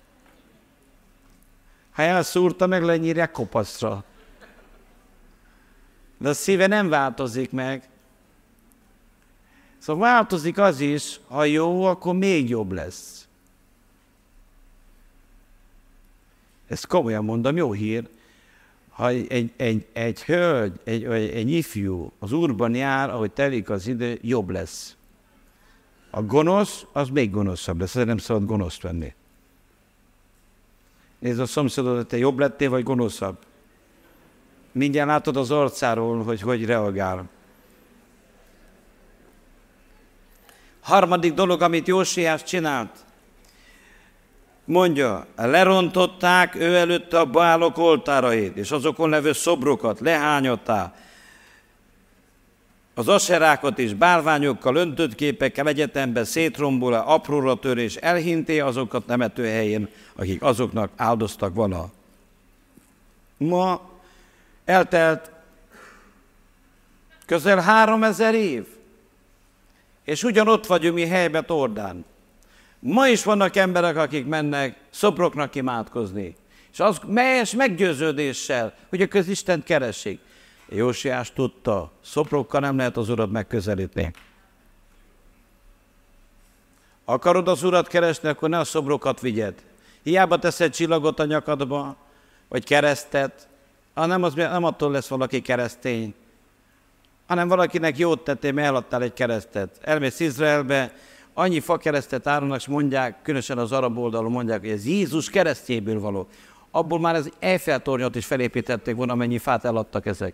Ha elszúrta, meg lenyírják kopaszra. De a szíve nem változik meg. Szóval változik az is, ha jó, akkor még jobb lesz. Ezt komolyan mondom, jó hír. Ha egy, egy, egy hölgy, egy, egy, egy ifjú az Úrban jár, ahogy telik az idő, jobb lesz. A gonosz, az még gonoszabb lesz, ezért nem szabad gonoszt venni. Nézd a szomszédod, te jobb lettél, vagy gonoszabb? Mindjárt látod az arcáról, hogy hogy reagál. Harmadik dolog, amit Jósiás csinált. Mondja, lerontották ő előtte a bálok oltárait, és azokon levő szobrokat lehányották. Az aserákat is bálványokkal, öntött képekkel egyetemben szétrombol, apróra tör, és elhinté azokat nemető helyén, akik azoknak áldoztak vala. Ma eltelt közel háromezer év, és ugyanott vagyunk mi helyben Tordán. Ma is vannak emberek, akik mennek szobroknak imádkozni, és az melyes meggyőződéssel, hogy a közistent keresik. Jósiás tudta, szobrokkal nem lehet az Urat megközelíteni. Akarod az Urat keresni, akkor ne a szobrokat vigyed. Hiába teszed csillagot a nyakadba, vagy keresztet, hanem az nem attól lesz valaki keresztény, hanem valakinek jót tettél, mert eladtál egy keresztet. Elmész Izraelbe, annyi fakeresztet árulnak, és mondják, különösen az arab oldalon mondják, hogy ez Jézus keresztjéből való. Abból már az Eiffel-tornyot is felépítették volna, amennyi fát eladtak ezek.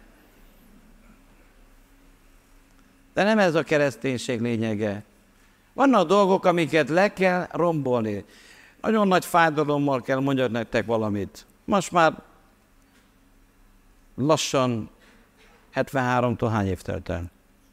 De nem ez a kereszténység lényege. Vannak dolgok, amiket le kell rombolni. Nagyon nagy fájdalommal kell mondjak nektek valamit. Most már lassan hetvenháromtól hány év telt el?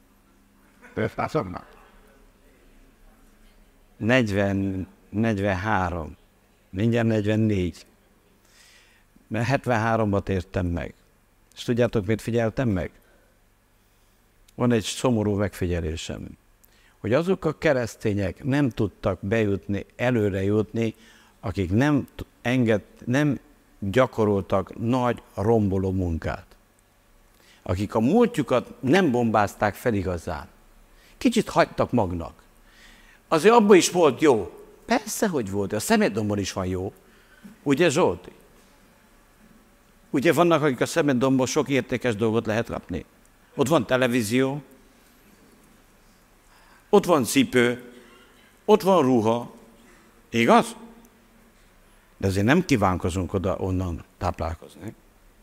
negyven, negyvenhárom, mindjárt negyvennégy. Mert hetvenháromba tértem meg. És tudjátok, mit figyeltem meg? Van egy szomorú megfigyelésem, hogy azok a keresztények nem tudtak bejutni, előre jutni, akik nem, enged, nem gyakoroltak nagy romboló munkát. Akik a múltjukat nem bombázták fel igazán. Kicsit hagytak magnak. Azért abban is volt jó. Persze, hogy volt. A szemeddombon is van jó. Ugye, Zsolti? Ugye vannak, akik a szemeddombon sok értékes dolgot lehet kapni. Ott van televízió, ott van cipő, ott van ruha, igaz? De azért nem kívánkozunk oda onnan táplálkozni.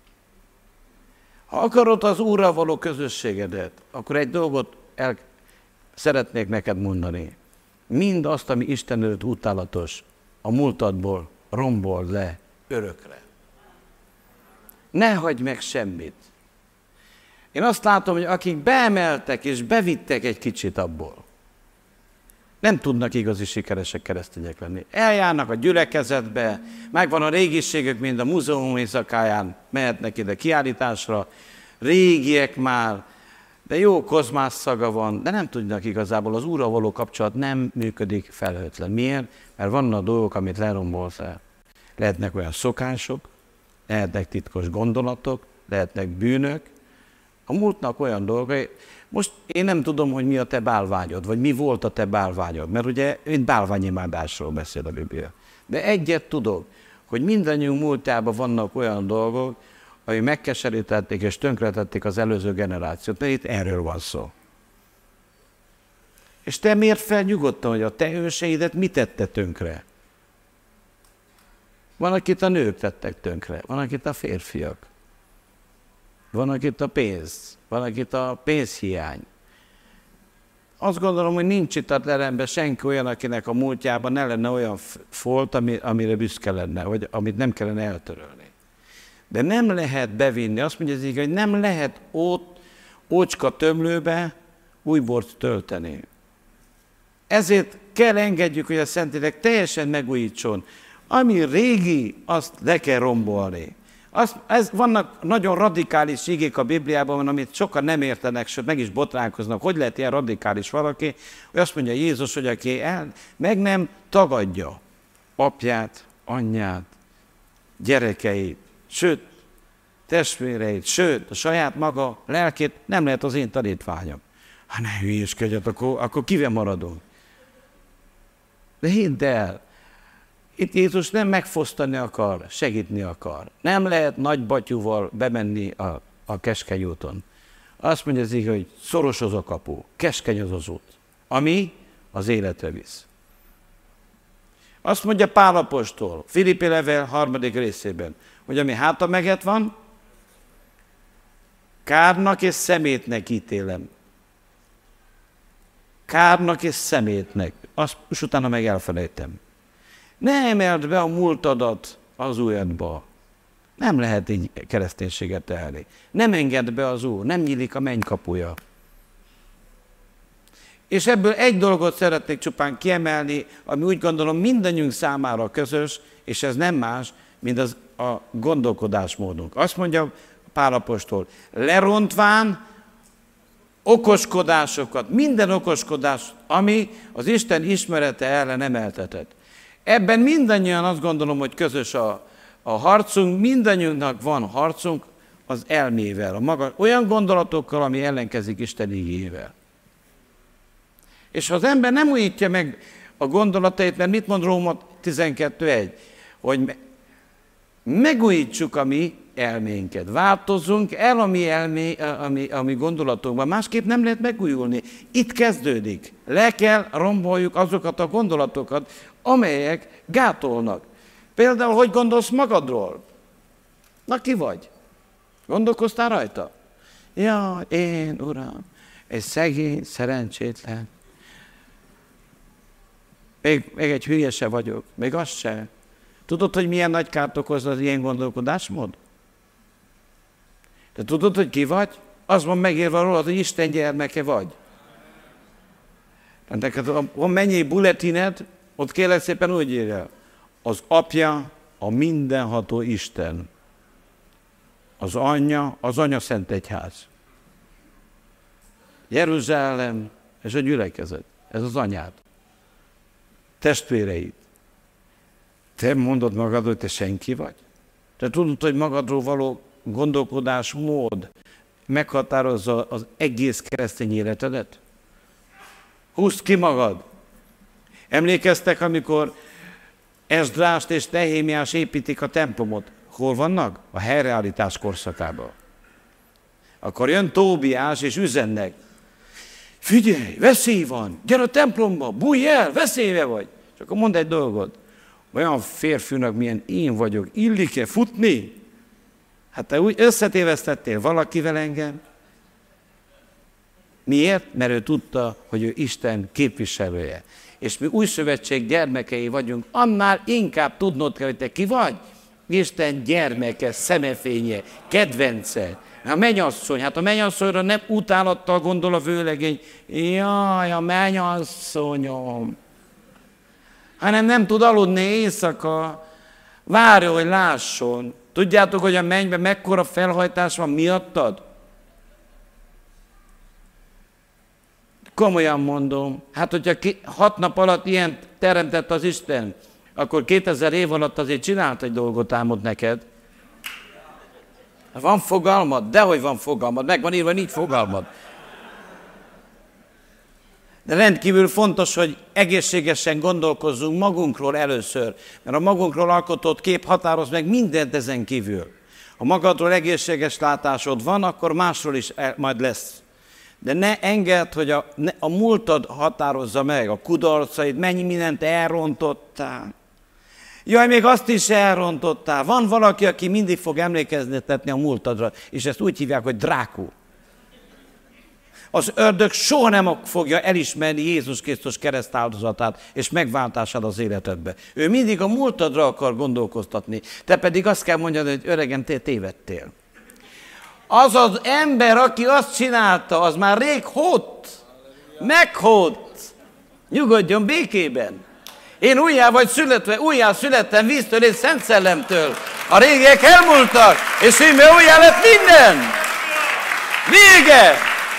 Ha akarod az Úrral való közösségedet, akkor egy dolgot el szeretnék neked mondani. Mind azt, ami Isten előtt utálatos, a múltadból rombold le örökre. Ne hagyd meg semmit. Én azt látom, hogy akik beemeltek és bevittek egy kicsit abból, nem tudnak igazi sikeresek keresztények lenni. Eljárnak a gyülekezetbe, megvan a régiségük, mint a múzeum éjszakáján, mehetnek ide kiállításra, régiek már, de jó kozmás szaga van, de nem tudnak igazából, az Úrral való kapcsolat nem működik felhőtlen. Miért? Mert vannak dolgok, amit lerombolsz el. Lehetnek olyan szokások, lehetnek titkos gondolatok, lehetnek bűnök. A múltnak olyan dolgai, most én nem tudom, hogy mi a te bálványod, vagy mi volt a te bálványod, mert ugye itt bálványimádásról beszél a Biblia. De egyet tudok, hogy mindannyiunk múltjában vannak olyan dolgok, ami megkeserítették és tönkretették az előző generációt, mert itt erről van szó. És te miért fel nyugodtan, hogy a te őseidet mit tette tönkre? Van, akit a nők tettek tönkre, van, akit a férfiak. Van, akit a pénz, van, akit a pénzhiány. Azt gondolom, hogy nincs itt a teremben senki olyan, akinek a múltjában ne lenne olyan folt, ami, amire büszke lenne, vagy amit nem kellene eltörölni. De nem lehet bevinni, azt mondja az igaz, hogy nem lehet ott ócska tömlőbe új bort tölteni. Ezért kell engedjük, hogy a Szentlélek teljesen megújítson. Ami régi, azt le kell rombolni. Az, ez, vannak nagyon radikális igék a Bibliában, amit sokan nem értenek, sőt meg is botránkoznak. Hogy lehet ilyen radikális valaki, hogy azt mondja Jézus, hogy aki el, meg nem tagadja apját, anyját, gyerekeit, sőt, testvéreit, sőt, a saját maga lelkét, nem lehet az én tanítványom. Hát ne hülyéskedjet, akkor, akkor kivel maradunk? De hidd el, itt Jézus nem megfosztani akar, segíteni akar. Nem lehet nagy batyúval bemenni a, a keskeny úton. Azt mondja az ige, hogy szoros az a kapu, keskeny az az út, ami az életre visz. Azt mondja Pál apostol, Filippi levél harmadik részében, hogy ami háta meget van, kárnak és szemétnek ítélem. Kárnak és szemétnek. Azt és utána meg elfelejtem. Ne emeld be a múltadat az újadba. Nem lehet így kereszténységet tehelni. Nem engedd be az Úr, nem nyílik a mennykapuja. És ebből egy dolgot szeretnék csupán kiemelni, ami úgy gondolom mindannyiunk számára közös, és ez nem más, mint az a gondolkodásmódunk. Azt mondja Pál apostol, lerontván okoskodásokat, minden okoskodás, ami az Isten ismerete ellen emeltetett. Ebben mindannyian azt gondolom, hogy közös a, a harcunk, mindannyiunknak van harcunk az elmével, a maga, olyan gondolatokkal, ami ellenkezik Isten igéjével. És ha az ember nem újítja meg a gondolatait, mert mit mond Róma tizenkettő egy, hogy megújítsuk a mi elménket, változzunk el a mi, elmé, a mi, a mi gondolatunkban, másképp nem lehet megújulni. Itt kezdődik. Le kell romboljuk azokat a gondolatokat, amelyek gátolnak. Például, hogy gondolsz magadról? Na, ki vagy? Gondolkoztál rajta? Ja, én, Uram, egy szegény, szerencsétlen. Még, még egy hülye se vagyok, még az se. Tudod, hogy milyen nagy kárt okoz az ilyen gondolkodásmód? Te tudod, hogy ki vagy? Az van megírva rólad, hogy Isten gyermeke vagy. Neked van mennyi bulletined, ott kérlek szépen úgy írja, az apja a mindenható Isten, az anyja, az anya szent egyház. Jeruzsálem, és a gyülekezet, ez az anyád. Testvéreid. Te mondod magad, hogy te senki vagy? Te tudod, hogy magadról való gondolkodásmód meghatározza az egész keresztény életedet? Húzd ki magad! Emlékeztek, amikor Esdrást és Nehémiás építik a templomot? Hol vannak? A helyreállítás korszakában. Akkor jön Tóbiás, és üzennek. Figyelj, veszély van, gyere a templomba, bújj el, veszélybe vagy. És akkor mondd egy dolgot. Olyan férfiúnak, milyen én vagyok, illik-e futni? Hát te úgy összetévesztettél valakivel engem. Miért? Mert ő tudta, hogy ő Isten képviselője. És mi új szövetség gyermekei vagyunk, annál inkább tudnod kell, hogy te ki vagy. Isten gyermeke, szemefénye, kedvence. A mennyasszony, hát a mennyasszonyra nem utálattal gondol a vőlegény. Jaj, a mennyasszonyom. Hanem nem tud aludni éjszaka. Várja, hogy lásson. Tudjátok, hogy a mennyben mekkora felhajtás van miattad? Komolyan mondom. Hát, hogyha ki, hat nap alatt ilyen teremtett az Isten, akkor kétezer év alatt azért csinált egy dolgot álmod neked. Van fogalmad? Dehogy van fogalmad. Meg van írva, nincs fogalmad. De rendkívül fontos, hogy egészségesen gondolkozzunk magunkról először, mert a magunkról alkotott kép határoz meg mindent ezen kívül. Ha magadról egészséges látásod van, akkor másról is el, majd lesz. De ne engedd, hogy a, ne, a múltad határozza meg, a kudarcaid, mennyi mindent elrontottál. Jaj, még azt is elrontottál. Van valaki, aki mindig fog emlékeztetni a múltadra, és ezt úgy hívják, hogy Drákul. Az ördög soha nem fogja elismerni Jézus Krisztus keresztáldozatát és megváltását az életedbe. Ő mindig a múltadra akar gondolkoztatni. Te pedig azt kell mondani, hogy öregen, te tévedtél. Az az ember, aki azt csinálta, az már rég hót, meghót. Nyugodjon békében. Én újjá vagy születve, újjá születtem víztől és Szent Szellemtől. A régiek elmúltak, és íme újjá lett minden. Vége!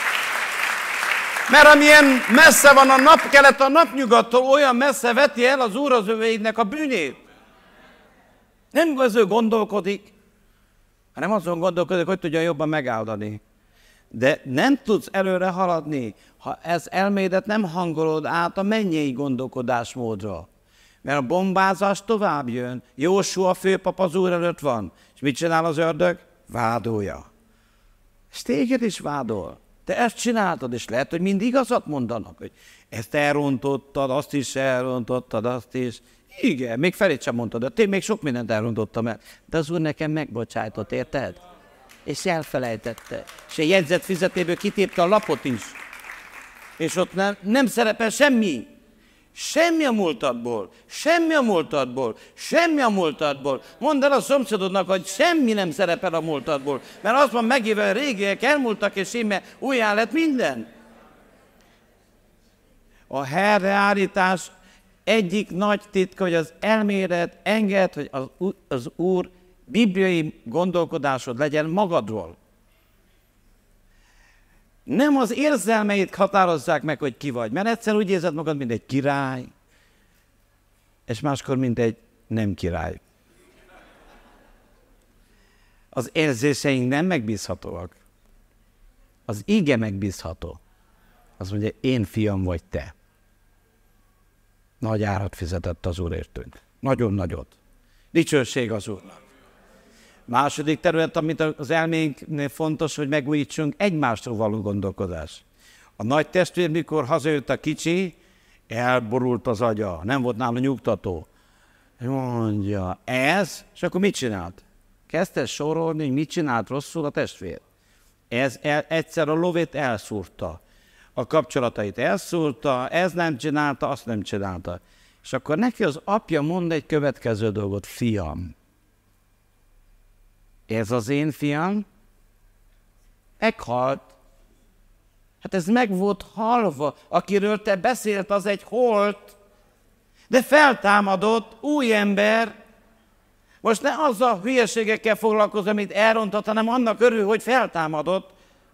Mert amilyen messze van a napkelet a napnyugattól, olyan messze veti el az Úr az övéidnek a bűnét. Nem az ő gondolkodik, hanem azon gondolkodik, hogy tudja jobban megáldani. De nem tudsz előre haladni, ha ez elmédet nem hangolod át a mennyei gondolkodásmódra. Mert a bombázás tovább jön. Jósua főpap az Úr előtt van. És mit csinál az ördög? Vádolja. És téged is vádol. Te ezt csináltad, és lehet, hogy mind igazat mondanak, hogy ezt elrontottad, azt is elrontottad, azt is. Igen, még felét sem mondtad, de én még sok mindent elrontottam el. De az Úr nekem megbocsájtott, érted? És elfelejtette. És egy jegyzet fizetéből kitépte a lapot is. És ott nem, nem szerepel semmi. Semmi a múltadból, semmi a múltadból, semmi a múltadból. Mondd el a szomszédodnak, hogy semmi nem szerepel a múltadból. Mert azt van megéve, a régiek elmúltak, és íme újjá lett minden. A helyreállítás egyik nagy titka, hogy az elmélet enged, hogy az, az Úr bibliai gondolkodásod legyen magadról. Nem az érzelmeid határozzák meg, hogy ki vagy, mert egyszer úgy érzed magad, mint egy király, és máskor, mint egy nem király. Az érzéseink nem megbízhatóak. Az ige megbízható. Az mondja, én fiam vagy te. Nagy árat fizetett az Úr értünk. Nagyon nagyot. Dicsőség az Úrnak. Második terület, amit az elménknél fontos, hogy megújítsunk, egymásról való gondolkodás. A nagy testvér, mikor hazajött a kicsi, elborult az agya, nem volt nála nyugtató. Mondja, ez, és akkor mit csinált? Kezdte sorolni, hogy mit csinált rosszul a testvér. Ez el, egyszer a lovét elszúrta, a kapcsolatait elszúrta, ez nem csinálta, azt nem csinálta. És akkor neki az apja mond egy következő dolgot, fiam. Ez az én fiam, meghalt. Hát ez meg volt halva. Akiről te beszélt, az egy holt, de feltámadott új ember. Most ne azzal a hülyeségekkel foglalkozz, amit elrontott, hanem annak örül, hogy feltámadott.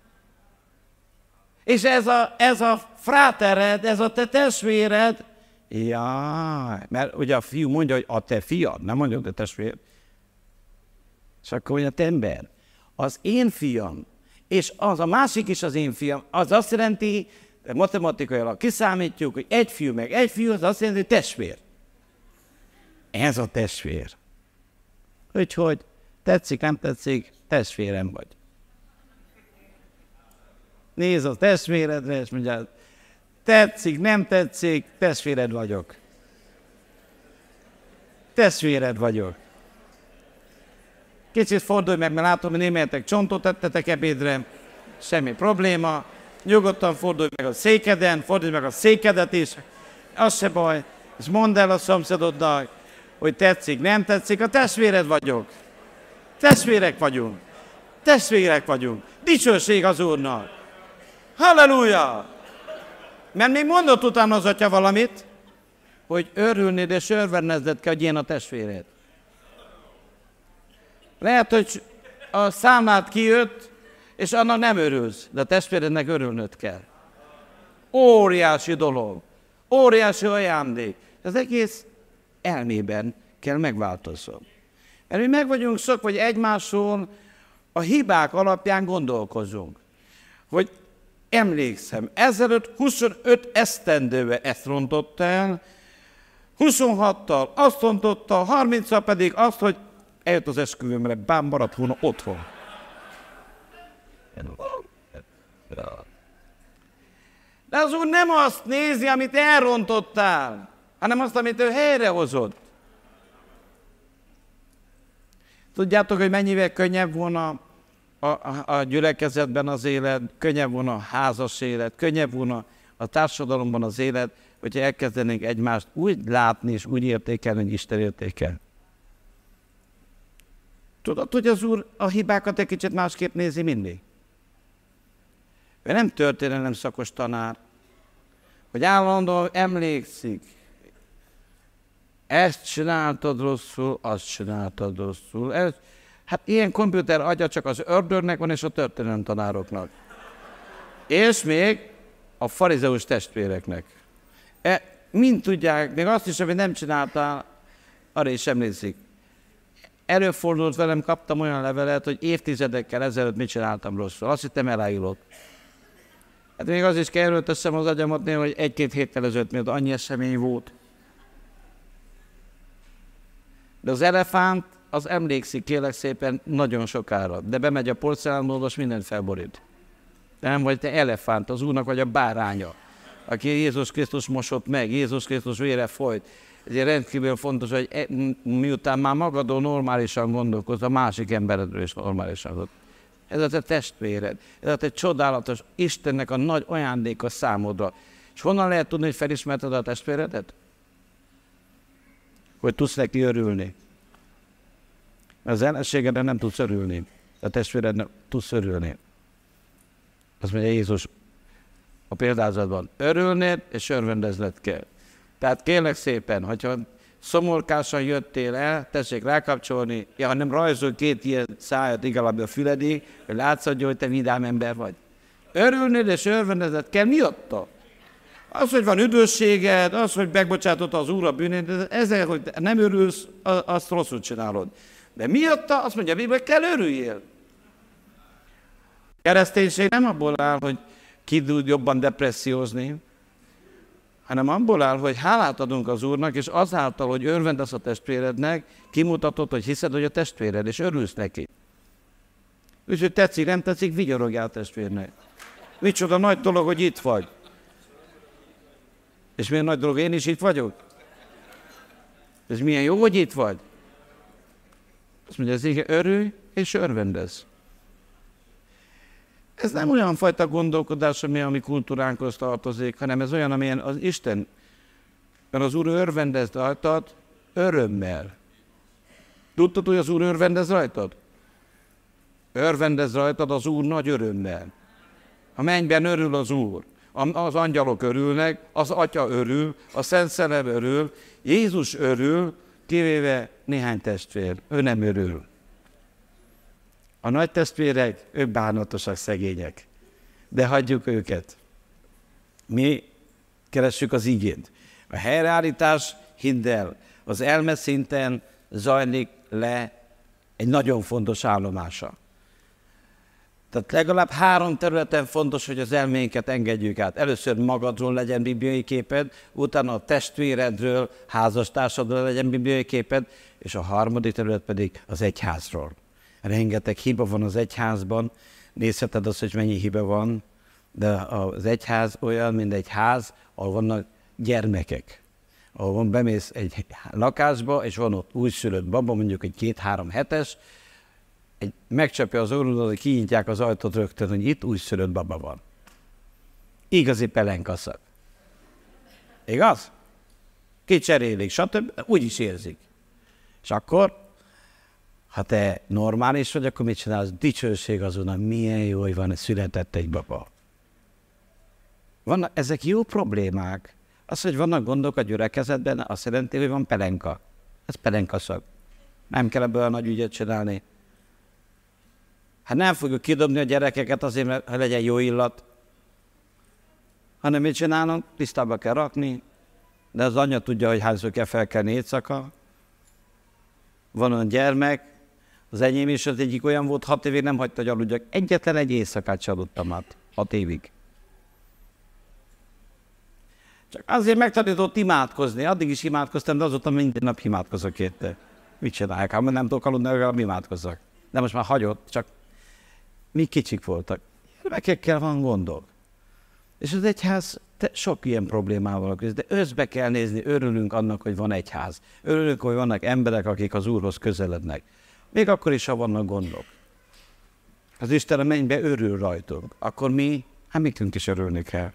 És ez a, ez a frátered, ez a te testvéred, jaj, mert ugye a fiú mondja, hogy a te fiad, nem mondja, hogy a testvéred. És akkor mondja, te ember, az én fiam, és az a másik is az én fiam, az azt jelenti, matematikailag kiszámítjuk, hogy egy fiú meg egy fiú, az azt jelenti, hogy testvér. Ez a testvér. Úgyhogy tetszik, nem tetszik, testvérem vagy. Nézd a testvéredre, és mondja, tetszik, nem tetszik, testvéred vagyok. Testvéred vagyok. Kicsit fordulj meg, mert látom, hogy némelyetek csontot tettetek ebédre, semmi probléma. Nyugodtan fordulj meg a székeden, fordulj meg a székedet is, az se baj. És mondd el a szomszédodnak, hogy tetszik, nem tetszik, a testvéred vagyok. Testvérek vagyunk. Testvérek vagyunk. Dicsőség az Úrnak. Halleluja! Mert még mondott utána az atya valamit, hogy örülnéd és örvendezned kell, hogy ilyen a testvéred. Lehet, hogy a számlát kijött, és annak nem örülsz, de a testvérednek örülnöd kell. Óriási dolog. Óriási ajándék. Az egész elmében kell megváltozzon. Mert mi meg vagyunk szokva, hogy egymásról a hibák alapján gondolkozunk. Hogy emlékszem, ezelőtt huszonöt esztendővel ezt rontott el, huszonhattal azt rontotta, harminccal pedig azt, hogy eljött az esküvőmre, bám maradt volna otthon. De az Úr nem azt nézi, amit elrontottál, hanem azt, amit ő helyrehozott. Tudjátok, hogy mennyivel könnyebb volna a, a, a gyülekezetben az élet, könnyebb volna a házas élet, könnyebb volna a társadalomban az élet, hogyha elkezdenénk egymást úgy látni és úgy értékelni, hogy Isten értékel. Tudod, hogy az Úr a hibákat egy kicsit másképp nézi mindig? Ő nem történelem szakos tanár, hogy állandóan emlékszik. Ezt csináltad rosszul, azt csináltad rosszul. Ez, hát ilyen komputer agya csak az ördögnek van, és a történelem tanároknak. És még a farizeus testvéreknek. E, mind tudják, még azt is, amit nem csináltál, arra is emlékszik. Előfordult velem, kaptam olyan levelet, hogy évtizedekkel ezelőtt mit csináltam rosszul. Azt hittem elájulok. Hát még az is került összem az agyamat, hogy egy-két héttel ezelőtt még annyi esemény volt. De az elefánt, az emlékszik, kérlek szépen, nagyon sokára. De bemegy a porcelánboltos, mindent felborít. De nem vagy te elefánt, az Úrnak vagy a báránya, aki Jézus Krisztus mosott meg, Jézus Krisztus vére folyt. Ezért rendkívül fontos, hogy miután már magadon normálisan gondolkozz, a másik emberedről is normálisan gondolkozz. Ez a te testvéred, ez a te csodálatos Istennek a nagy ajándéka számodra. És honnan lehet tudni, hogy felismerted a testvéredet? Hogy tudsz neki örülni. Mert az ellenségedre nem tudsz örülni, a testvérednek tudsz örülni. Azt mondja Jézus a példázatban, örülnéd és örvendezned kell. Tehát kérlek szépen, hogyha szomorkásan jöttél el, tessék rákapcsolni, ja, hanem rajzol két ilyen szájat legalább a füledig, hogy látszadja, hogy te vidám ember vagy. Örülnéd és örvendezned kell, miatta? Az, hogy van üdvösséged, az, hogy megbocsátotta az Úr a bűnét, ezzel, hogy nem örülsz, azt rosszul csinálod. De miatta, azt mondja, hogy kell örüljél. Kereszténység nem abból áll, hogy ki tud jobban depressziózni, hanem abból áll, hogy hálát adunk az Úrnak, és azáltal, hogy örvendesz a testvérednek, kimutatod, hogy hiszed, hogy a testvéred, és örülsz neki. Úgyhogy tetszik, nem tetszik, vigyorogjál a testvérnek. Micsoda nagy dolog, hogy itt vagy. És milyen nagy dolog, én is itt vagyok? Ez milyen jó, hogy itt vagy? Azt mondja, az ige, örülj és örvendez. Ez nem olyan fajta gondolkodás, ami a mi kultúránkhoz tartozik, hanem ez olyan, amilyen az Isten, mert az Úr örvendez rajtad örömmel. Tudtad, hogy az Úr örvendez rajtad? Örvendez rajtad az Úr nagy örömmel. A mennyben örül az Úr, az angyalok örülnek, az Atya örül, a Szent Szellem örül, Jézus örül, kivéve néhány testvér, ő nem örül. A nagy testvérek, ők bánatosak, szegények. De hagyjuk őket. Mi keressük az igét. A helyreállítás, hidd el, az elme szinten zajlik le egy nagyon fontos állomása. Tehát legalább három területen fontos, hogy az elménket engedjük át. Először magadról legyen bibliai képed, utána a testvéredről, házastársadról legyen bibliai képed, és a harmadik terület pedig az egyházról. Rengeteg hiba van az egyházban, nézheted azt, hogy mennyi hiba van, De az egyház olyan, mint egy ház, ahol vannak gyermekek. Ahol van, bemész egy lakásba, és van ott újszülött baba, mondjuk egy két-három hetes, egy, megcsapja az orrodat, hogy kinyitják az ajtót rögtön, hogy itt újszülött baba van. Igazi pelenkaszak. Igaz? Kicserélik, stb. Úgy is érzik. És akkor, ha te normális vagy, akkor mit csinálsz? Dicsőség azon, milyen jó, hogy van, született egy baba. Vannak, ezek jó problémák. Az, hogy vannak gondok a gyülekezetben, azt jelenti, hogy van pelenka. Ez pelenkaszag. Nem kell ebből nagy ügyet csinálni. Hát nem fogjuk kidobni a gyerekeket azért, mert ha legyen jó illat. Hanem mit csinálunk? Tisztába kell rakni, de az anya tudja, hogy hányszor kell felkelni éjszaka. Van olyan gyermek, az enyém is az egyik olyan volt, hat évig nem hagyta, hogy aludjak. Egyetlen egy éjszakát sem aludtam át, hat évig. Csak azért megtanított imádkozni. Addig is imádkoztam, de azóta minden nap imádkozok érte. Mit csinálják? Ha nem tudok aludni, legalább imádkozzak. De most már hagyott, csak mi kicsik voltak. Gyermekekkel van gondok. És az egyház sok ilyen problémával küzd, de összbe kell nézni, örülünk annak, hogy van egyház. Örülünk, hogy vannak emberek, akik az Úrhoz közelednek. Még akkor is, ha vannak gondok. Az Isten a mennybe örül rajtunk. Akkor mi, hát mikünk is örülni kell.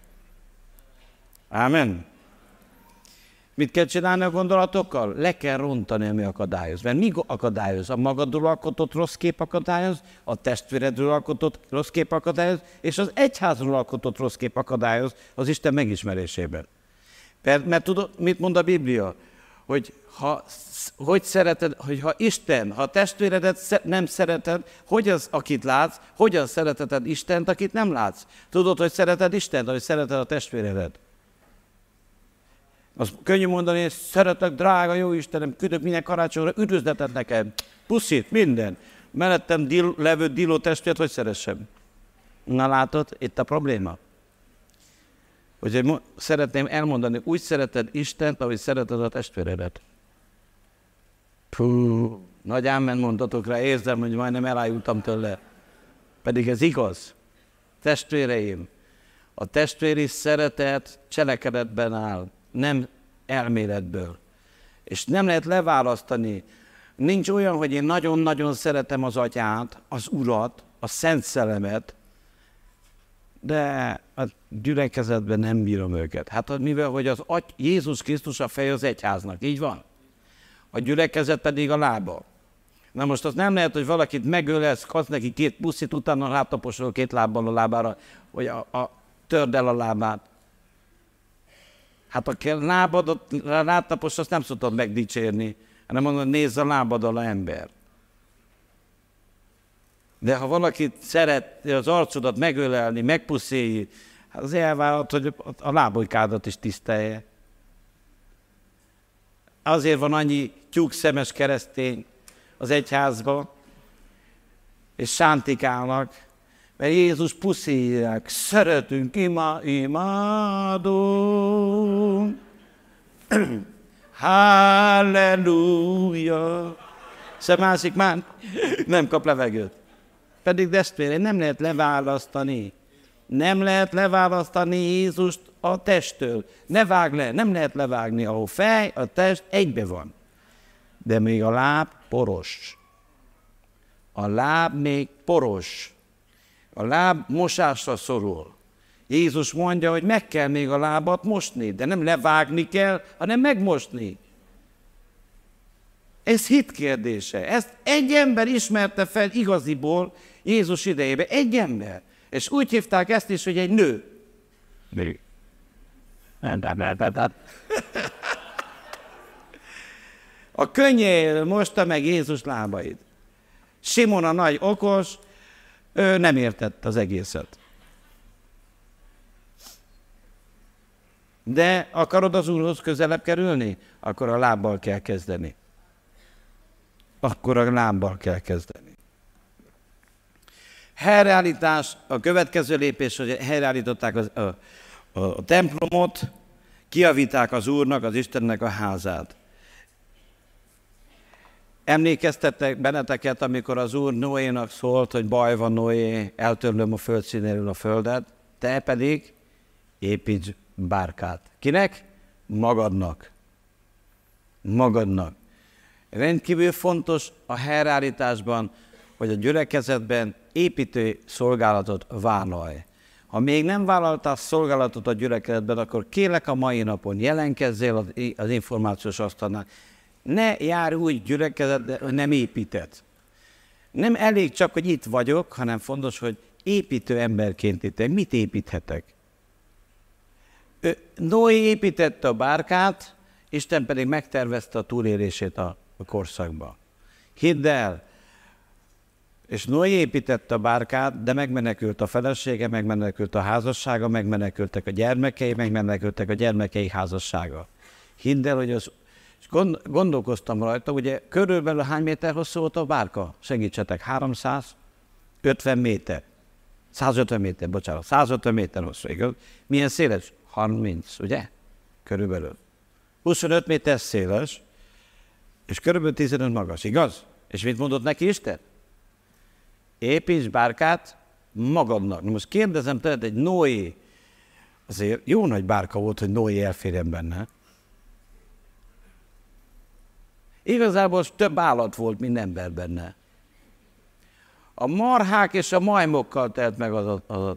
Ámen. Mit kell csinálni a gondolatokkal? Le kell rontani, ami akadályoz. Mert mi akadályoz? A magadról alkotott rossz kép akadályoz, a testvéredről alkotott rossz kép akadályoz, és az egyházról alkotott rossz kép akadályoz az Isten megismerésében. Mert, mert tudod, mit mond a Biblia? Hogy ha, hogy szereted, hogy ha Isten, ha a testvéredet nem szereted, hogy az, akit látsz, hogyan szereteted Istent, akit nem látsz? Tudod, hogy szereted Istent, hogy szereted a testvéredet? Az könnyű mondani, hogy szeretek, drága jó Istenem, küldök minden karácsonyra üdvözletet nekem, puszit, minden. Mellettem dil, levő Dilló testvért, hogy szeressem. Na látod, itt a probléma. Hogy szeretném elmondani, úgy szereted Istent, ahogy szereted a testvéredet. Puh, nagy ámen mondhatok rá, érzem, hogy majdnem elájultam tőle. Pedig ez igaz. Testvéreim, a testvéri szeretet cselekedetben áll. Nem elméletből. És nem lehet leválasztani. Nincs olyan, hogy én nagyon-nagyon szeretem az Atyát, az Urat, a Szent Szellemet, de a gyülekezetben nem bírom őket. Hát mivel, hogy az Aty- Jézus Krisztus a fej az egyháznak, így van. A gyülekezet pedig a lába. Na most az nem lehet, hogy valakit megölesz, kapsz neki két puszit, utána rátaposol két lábbal a lábára, hogy a, a, törd el a lábát. Hát a lábadat rátapos, azt nem szokod megdicsérni, hanem mondod, nézz a lábadal a ember. De ha valakit szeret az arcodat megölelni, megpuszélni, hát az elvállalt, hogy a lábujkádat is tisztelje. Azért van annyi tyúkszemes keresztény az egyházban, és sántikálnak, mert Jézus puszíják, szeretünk, ima, imádunk. Halleluja! Szóval másik már nem kap levegőt. Pedig testvére, nem lehet leválasztani. Nem lehet leválasztani Jézust a testtől. Ne vágj le, nem lehet levágni, ahol fej, a test egybe van. De még a láb poros. A láb még poros. A láb mosásra szorul. Jézus mondja, hogy meg kell még a lábat mosni, de nem levágni kell, hanem megmosni. Ez hit kérdése. Ezt egy ember ismerte fel igaziból Jézus idejében. Egy ember. És úgy hívták ezt is, hogy egy nő. Mi? A könnyél mosta meg Jézus lábait. Simon a nagy okos, ő nem értett az egészet. De akarod az Úrhoz közelebb kerülni? Akkor a lábbal kell kezdeni. Akkor a lábbal kell kezdeni. Helyreállítás, a következő lépés, hogy helyreállították az, a, a, a templomot, kiavítják az Úrnak, az Istennek a házát. Emlékeztettek benneteket, amikor az Úr Noénak szólt, hogy baj van, Noé, eltörlöm a földszínéről a földet. te pedig építs bárkát. Kinek? Magadnak. Magadnak. Rendkívül fontos a helyreállításban, hogy a gyülekezetben építő szolgálatot vállalj. Ha még nem vállaltál szolgálatot a gyülekezetben, akkor kérlek a mai napon jelenkezzél az információs asztalnál. Ne járj úgy gyülekezetbe, hogy nem építed. Nem elég csak, hogy itt vagyok, hanem fontos, hogy építő emberként itt. Mit építhetek? Noé építette a bárkát, Isten pedig megtervezte a túlélését a, a korszakban. Hidd el! És Noé építette a bárkát, de megmenekült a felesége, megmenekült a házassága, megmenekültek a gyermekei, megmenekültek a gyermekei házassága. Hidd el, hogy az, és gondolkoztam rajta, ugye körülbelül hány méter hosszú volt a bárka? Segítsetek, háromszázötven méter. százötven méter, bocsánat, százötven méter hosszú, igaz? Milyen széles? harminc, ugye? Körülbelül. huszonöt méter széles, és körülbelül tizenöt magas, igaz? És mit mondott neki Isten? Építs bárkát magadnak. Most kérdezem tőled, egy Noé, azért jó nagy bárka volt, hogy Noé elférjen benne. Igazából több állat volt, mint ember benne. A marhák és a majmokkal telt meg az az.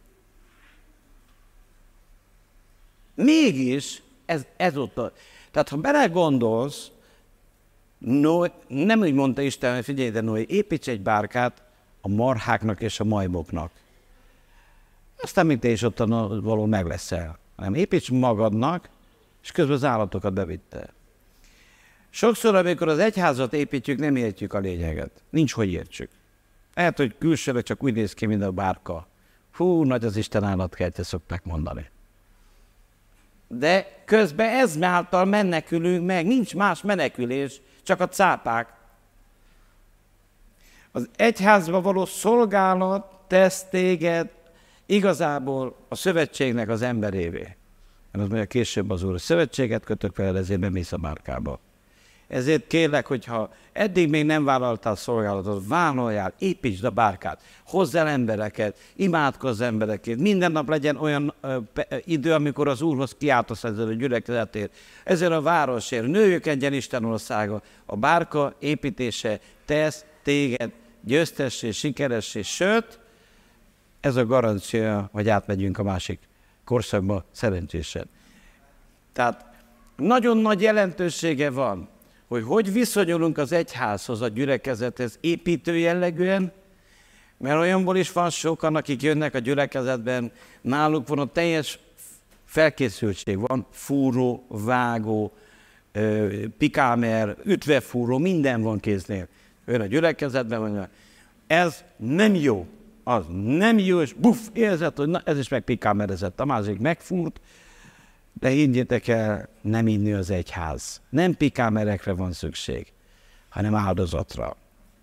Mégis ez, ez ott a... Tehát ha belegondolsz, Noé, nem úgy mondta Isten, hogy figyelj, de Noé, építs egy bárkát a marháknak és a majmoknak. Aztán mint te is ott való meg leszel. Hanem építs magadnak, és közben az állatokat bevitte. Sokszor, amikor az egyházat építjük, nem értjük a lényeget. Nincs, hogy értsük. Lehet, hogy külsőleg csak úgy néz ki, mint a bárka. Hú, nagy az Isten állatkertje, szokták mondani. De közben ez által menekülünk meg, nincs más menekülés, csak a cápák. Az egyházba való szolgálat tesz téged igazából a szövetségnek az emberévé. Mert az mondja később az Úr, szövetséget kötök veled, ezért bemész a bárkába. Ezért kérlek, hogyha eddig még nem vállaltál szolgálatot, vállaljál, építsd a bárkát, hozz el embereket, imádkozz emberekért, minden nap legyen olyan ö, pe, ö, idő, amikor az Úrhoz kiáltasz ezzel a gyülekezetért, ezzel a városért, nőjökedjen Isten országa. A bárka építése tesz téged győztessé, sikeressé, sőt, ez a garancia, hogy átmegyünk a másik korszakba szerencsésen. Tehát nagyon nagy jelentősége van, hogy hogy viszonyulunk az egyházhoz, a gyülekezethez építő jellegűen, mert olyanból is van sokan, akik jönnek a gyülekezetben, náluk van a teljes felkészültség, van fúró, vágó, pikámer, ütvefúró, minden van kéznél. Ön a gyülekezetben mondja, ez nem jó, az nem jó, és buff, érzett, hogy na, ez is meg pikámerezett, a másik megfúrt, de higgyétek el, nem inni az egyház. Nem pikámerekre van szükség, hanem áldozatra,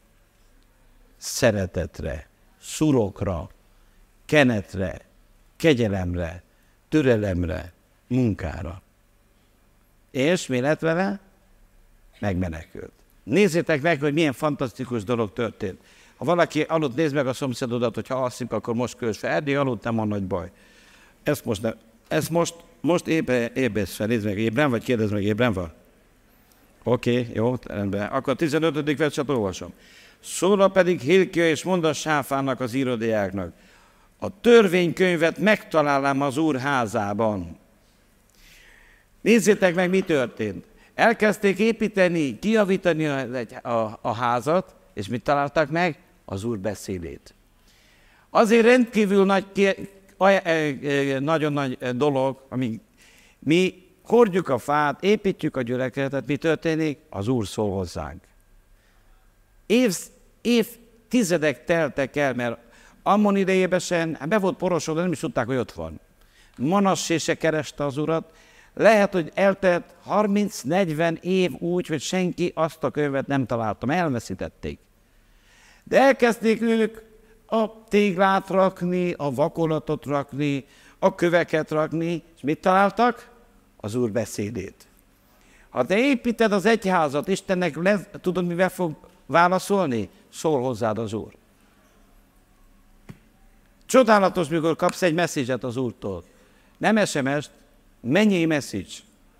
szeretetre, szurokra, kenetre, kegyelemre, türelemre, munkára. És mi lett vele? Megmenekült. Nézzétek meg, hogy milyen fantasztikus dolog történt. Ha valaki aludt, nézd meg a szomszédodat, hogy ha alszik, akkor most költs fel. Eddig aludt, nem van nagy baj. Ezt most, ne, ezt most, most ébre, ébredsz fel. Nézd meg, ébren vagy? Kérdezd meg, ébren van? Oké, okay, jó, rendben. Akkor a tizenötödik verset olvasom. Szóra pedig Hilkia és mondta Sáfánnak, az íródiáknak, a törvénykönyvet megtalálám az Úr házában. Nézzétek meg, mi történt. Elkezdték építeni, kijavítani a, a, a házat, és mit találtak meg? Az Úr beszédét. Azért rendkívül nagy, nagyon nagy dolog, amíg mi hordjuk a fát, építjük a gyülekezetet, mi történik? Az Úr szól hozzánk. Év, évtizedek teltek el, mert Ammon idejében sem, be volt porosodva, nem is tudták, hogy ott van. Manassé se kereste az Urat. Lehet, hogy eltelt harminc-negyven év úgy, hogy senki azt a könyvet nem találta, elveszítették. De elkezdték ők a téglát rakni, a vakolatot rakni, a köveket rakni, és mit találtak? Az Úr beszédét. Ha te építed az egyházat, Istennek lesz, tudod, mivel fog válaszolni? Szól hozzád az Úr. Csodálatos, mikor kapsz egy message-et az Úrtól. Nem es em es-t, mennyi message.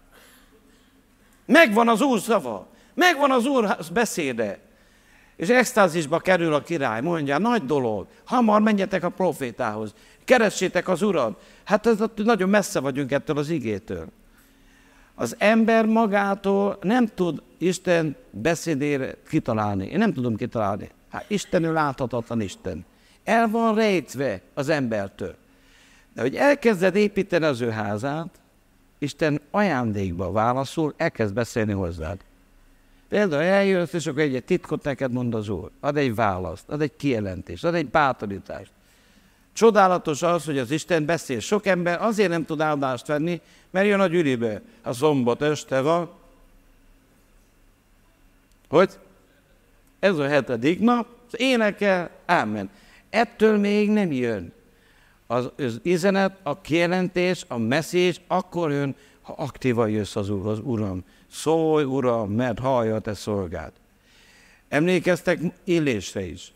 Megvan az Úr szava, megvan az Úr beszéde. És extázisba kerül a király, mondja, nagy dolog, hamar menjetek a profétához, keressétek az Urat. Hát ez, nagyon messze vagyunk ettől az igétől. Az ember magától nem tud Isten beszédére kitalálni. Én nem tudom kitalálni. Hát Istenül láthatatlan Isten. El van rejtve az embertől. De hogy elkezded építeni az ő házát, Isten ajándékba válaszol, elkezd beszélni hozzád. Például eljössz, és akkor egy titkot neked mond az Úr. Ad egy választ, ad egy kijelentést, ad egy bátorítást. Csodálatos az, hogy az Isten beszél. Sok ember azért nem tud áldást venni, mert jön a gyűlibe. A szombat este van. Hogy? Ez a hetedik nap, az énekel, ámen. Ettől még nem jön. Az, az üzenet, a kijelentés, a message akkor jön, ha aktívan jössz az Úrhoz. Uram, szólj, Uram, mert hallja a te szolgád. Emlékeztek Illésre is.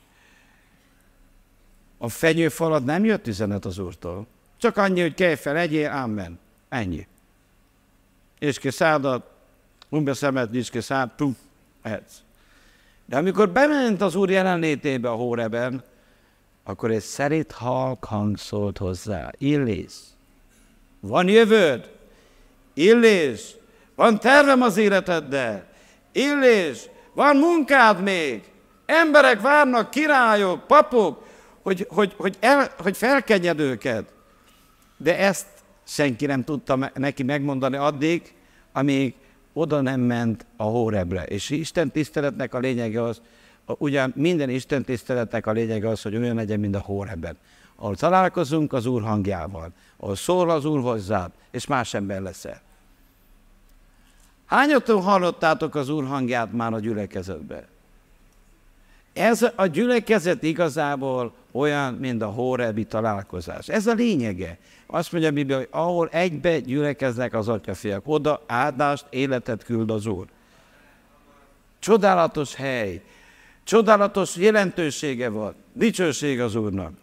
A fenyőfalat nem jött üzenet az Úrtól. Csak annyi, hogy kelj fel, egyél, ámen. Ennyi. És ki szádat, umbe szemet, és ki szád, puf, ehetsz. De amikor bement az Úr jelenlétébe a Hóreben, akkor egy szerint halk hang szólt hozzá. Illés, van jövőd? Illés, van tervem az életeddel? Illés, van munkád még? Emberek várnak, királyok, papok, hogy, hogy, hogy, el, hogy felkenjed őket. De ezt senki nem tudta neki megmondani addig, amíg oda nem ment a Hórebre. És Isten tiszteletnek a lényege az, ugyan minden Isten tiszteletnek a lényege az, hogy olyan legyen, mint a Hóreben. Ahol találkozunk az Úr hangjával, ahol szól az Úr hozzád, és más ember leszel. Hányaton hallottátok az Úr hangját már a gyülekezetben? Ez a gyülekezet igazából olyan, mint a hórebi találkozás. Ez a lényege. Azt mondja a Biblia, hogy ahol egybe gyülekeznek az atyafiak, oda áldást, életet küld az Úr. Csodálatos hely, csodálatos jelentősége van, dicsőség az Úrnak.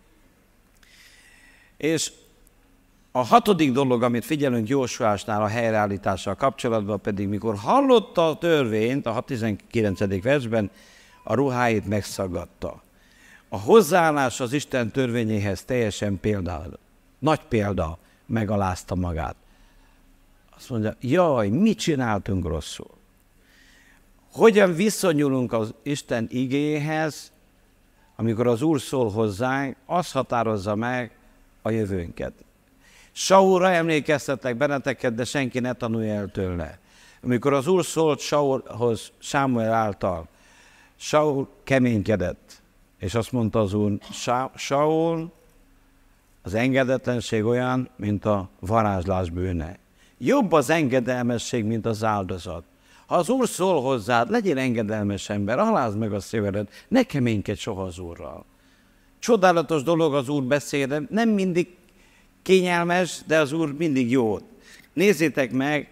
És a hatodik dolog, amit figyelünk Jósuásnál a helyreállítással kapcsolatban pedig, mikor hallotta a törvényt, a tizenkilencedik versben, a ruháit megszaggatta. A hozzáállás az Isten törvényéhez teljesen például, nagy példa, megalázta magát. Azt mondja, jaj, mit csináltunk rosszul? Hogyan viszonyulunk az Isten igéhez, amikor az Úr szól hozzánk, az határozza meg a jövőnket. Saulra emlékeztetek benneteket, de senki ne tanulja el tőle. Amikor az Úr szólt Saulhoz Sámuel által, Saul keménykedett, és azt mondta az Úr, Saul, az engedetlenség olyan, mint a varázslás bűne. Jobb az engedelmesség, mint az áldozat. Ha az Úr szól hozzád, legyél engedelmes ember, alázd meg a szívedet, ne keménykedj soha az Úrral. Csodálatos dolog az Úr beszéde, nem mindig kényelmes, de az Úr mindig jó. Nézzétek meg,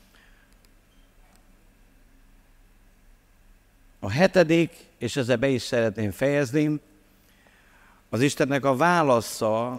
a hetedik, és ezzel be is szeretném fejezni, az Istennek a válasza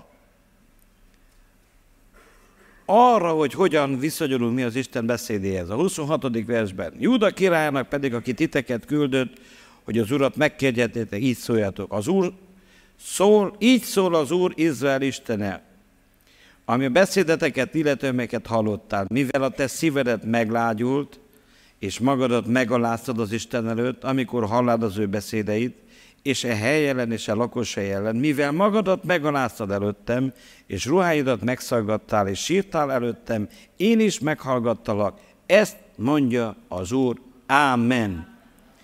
arra, hogy hogyan viszonyulunk mi az Isten beszédéhez. A huszonhatodik versben. Júda királynak pedig, aki titeket küldött, hogy az Urat megkérdezzétek, így szóljatok. Az Úr szól, így szól az Úr Izrael Istene, ami a beszédeteket, illetően melyeket hallottál, mivel a te szívedet meglágyult, és magadat megaláztad az Isten előtt, amikor hallád az ő beszédeit, és e hely ellen és e lakosai ellen, mivel magadat megaláztad előttem, és ruháidat megszaggattál, és sírtál előttem, én is meghallgattalak. Ezt mondja az Úr. Ámen.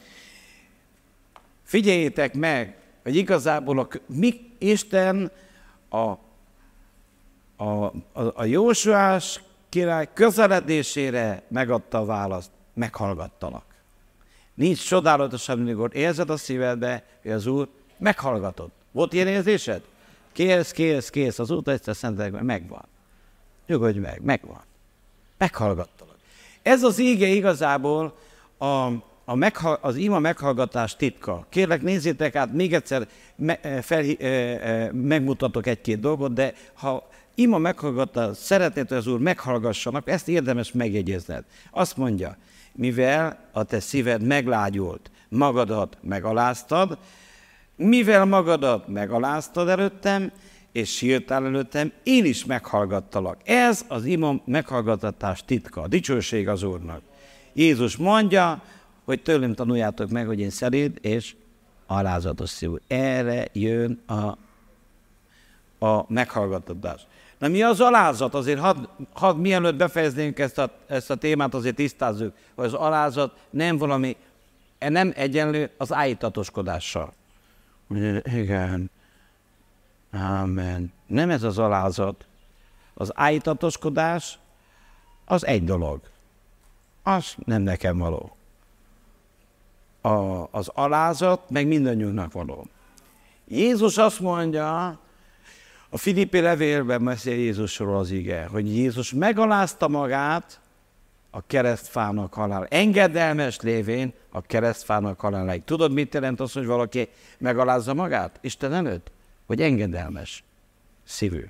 Figyeljétek meg, hogy igazából a, mi, Isten a, a, a, a Jósuás király közeledésére megadta a választ. Meghallgattalak. Nincs csodálatosabb, amikor érzed a szívedbe, hogy az Úr meghallgatott. Volt ilyen érzésed? Kérsz, kérsz, kérsz, az Úr egyszer szentelek, megvan. Nyugodj meg, megvan. Meghallgattalak. Ez az íge igazából a, a megha, az ima meghallgatás titka. Kérlek, nézzétek át, még egyszer me, fel, megmutatok egy-két dolgot, de ha ima meghallgatás, szeretnéd, hogy az Úr meghallgassanak, ezt érdemes megjegyezned. Azt mondja, mivel a te szíved meglágyult, magadat megaláztad, mivel magadat megaláztad előttem, és sírtál előttem, én is meghallgattalak. Ez az ima meghallgatás titka, dicsőség az Úrnak. Jézus mondja, hogy tőlem tanuljátok meg, hogy én szeréd és alázatos szívű. Erre jön a, a meghallgattatás. Na mi az alázat? Azért hadd, had, mielőtt befejeznénk ezt a, ezt a témát, azért tisztázzuk, hogy az alázat nem valami, nem egyenlő az állítatoskodással. Igen. Amen. Nem ez az alázat. Az állítatoskodás az egy dolog. Az nem nekem való. A, az alázat meg mindannyiunknak való. Jézus azt mondja, a Filippi levélben beszél Jézusról az ige, hogy Jézus megalázta magát a keresztfának halál. Engedelmes lévén a keresztfának haláláig. Tudod, mit jelent az, hogy valaki megalázza magát Isten előtt? Hogy engedelmes szívű.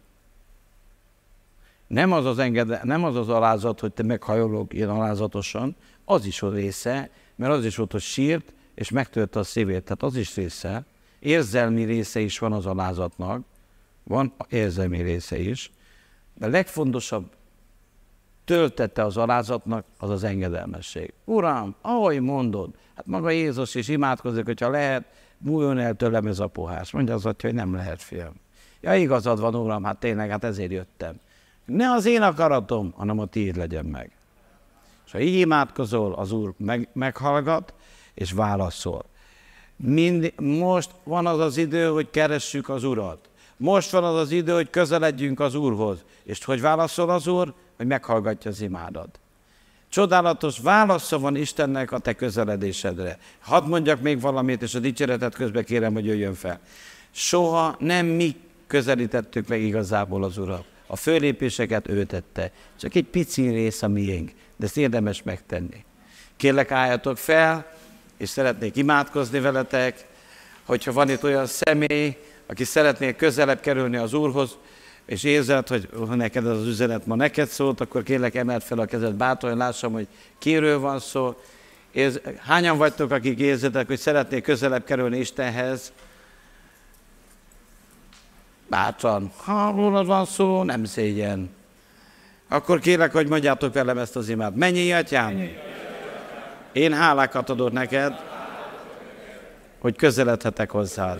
Nem az az, engedel, nem az az alázat, hogy te meghajolok ilyen alázatosan, az is volt része, mert az is volt, hogy sírt, és megtörte a szívét. Tehát az is része. Érzelmi része is van az alázatnak. Van érzelmi része is. De a legfontosabb töltete az alázatnak az az engedelmesség. Uram, ahogy mondod, hát maga Jézus is imádkozik, hogyha lehet, múljon el tőlem ez a pohár. Mondja az atya, hogy nem lehet, fiam. Ja, igazad van, Uram, hát tényleg, hát ezért jöttem. Ne az én akaratom, hanem a tiéd legyen meg. És ha így imádkozol, az Úr meg, meghallgat, és válaszol. Mind, most van az az idő, hogy keressük az Urat. Most van az az idő, hogy közeledjünk az Úrhoz. És hogy válaszol az Úr? Hogy meghallgatja az imádat. Csodálatos válasza van Istennek a te közeledésedre. Hadd mondjak még valamit, és a dicséretet közben kérem, hogy jöjjön fel. Soha nem mi közelítettük meg igazából az Urat. A fölépéseket ő tette. Csak egy pici rész a miénk, de ezt érdemes megtenni. Kérlek, álljatok fel, és szeretnék imádkozni veletek, hogyha van itt olyan személy, aki szeretné közelebb kerülni az Úrhoz, és érzed, hogy neked az üzenet ma neked szólt, akkor kérlek, emeld fel a kezed bátran, lássam, hogy kiről van szó. Érz, hányan vagytok, akik érzitek, hogy szeretnék közelebb kerülni Istenhez? Bátran. Ha rólad van szó, nem szégyen. Akkor kérlek, hogy mondjátok velem ezt az imát. Mennyi atyám? Én hálákat adok neked, hogy közeledhetek hozzád.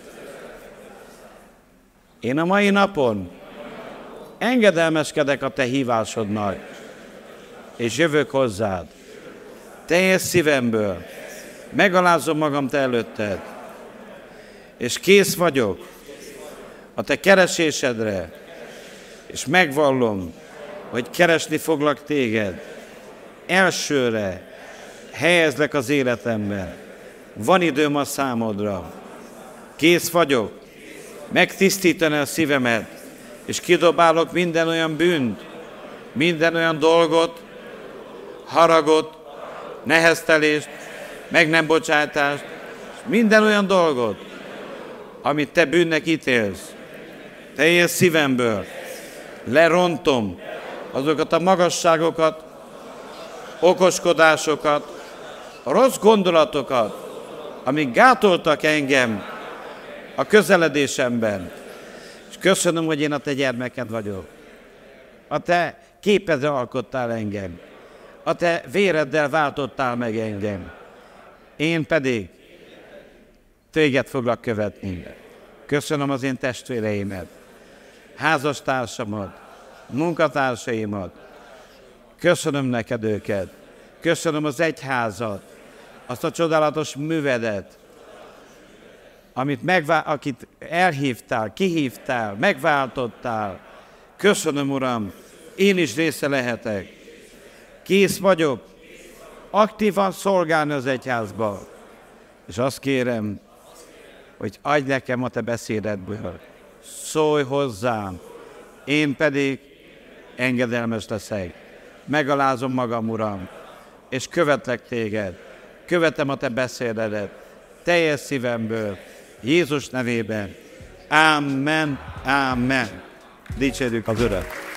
Én a mai napon engedelmeskedek a te hívásodnak, és jövök hozzád. Teljes szívemből megalázom magam te előtted, és kész vagyok a te keresésedre, és megvallom, hogy keresni foglak téged. Elsőre helyezlek az életemben. Van időm a számodra. Kész vagyok megtisztítani a szívemet, és kidobálok minden olyan bűnt, minden olyan dolgot, haragot, neheztelést, meg nem bocsátást, minden olyan dolgot, amit te bűnnek ítélsz. Teljes szívemből lerontom azokat a magasságokat, okoskodásokat, rossz gondolatokat, amik gátoltak engem a közeledésemben. És köszönöm, hogy én a te gyermeked vagyok. A te képedre alkottál engem. A te véreddel váltottál meg engem. Én pedig téged foglak követni. Köszönöm az én testvéreimet, házastársamat, munkatársaimat. Köszönöm neked őket. Köszönöm az egyházat, azt a csodálatos művedet, amit megvá- akit elhívtál, kihívtál, megváltottál. Köszönöm, Uram, én is része lehetek. Kész vagyok aktívan szolgálni az egyházba. És azt kérem, hogy adj nekem a te beszédedből. Szólj hozzám, én pedig engedelmes leszek. Megalázom magam, Uram, és követlek téged. követem a te beszédedet, teljes szívemből, Jézus nevében. Amen, amen. Dicsérjük az Urat.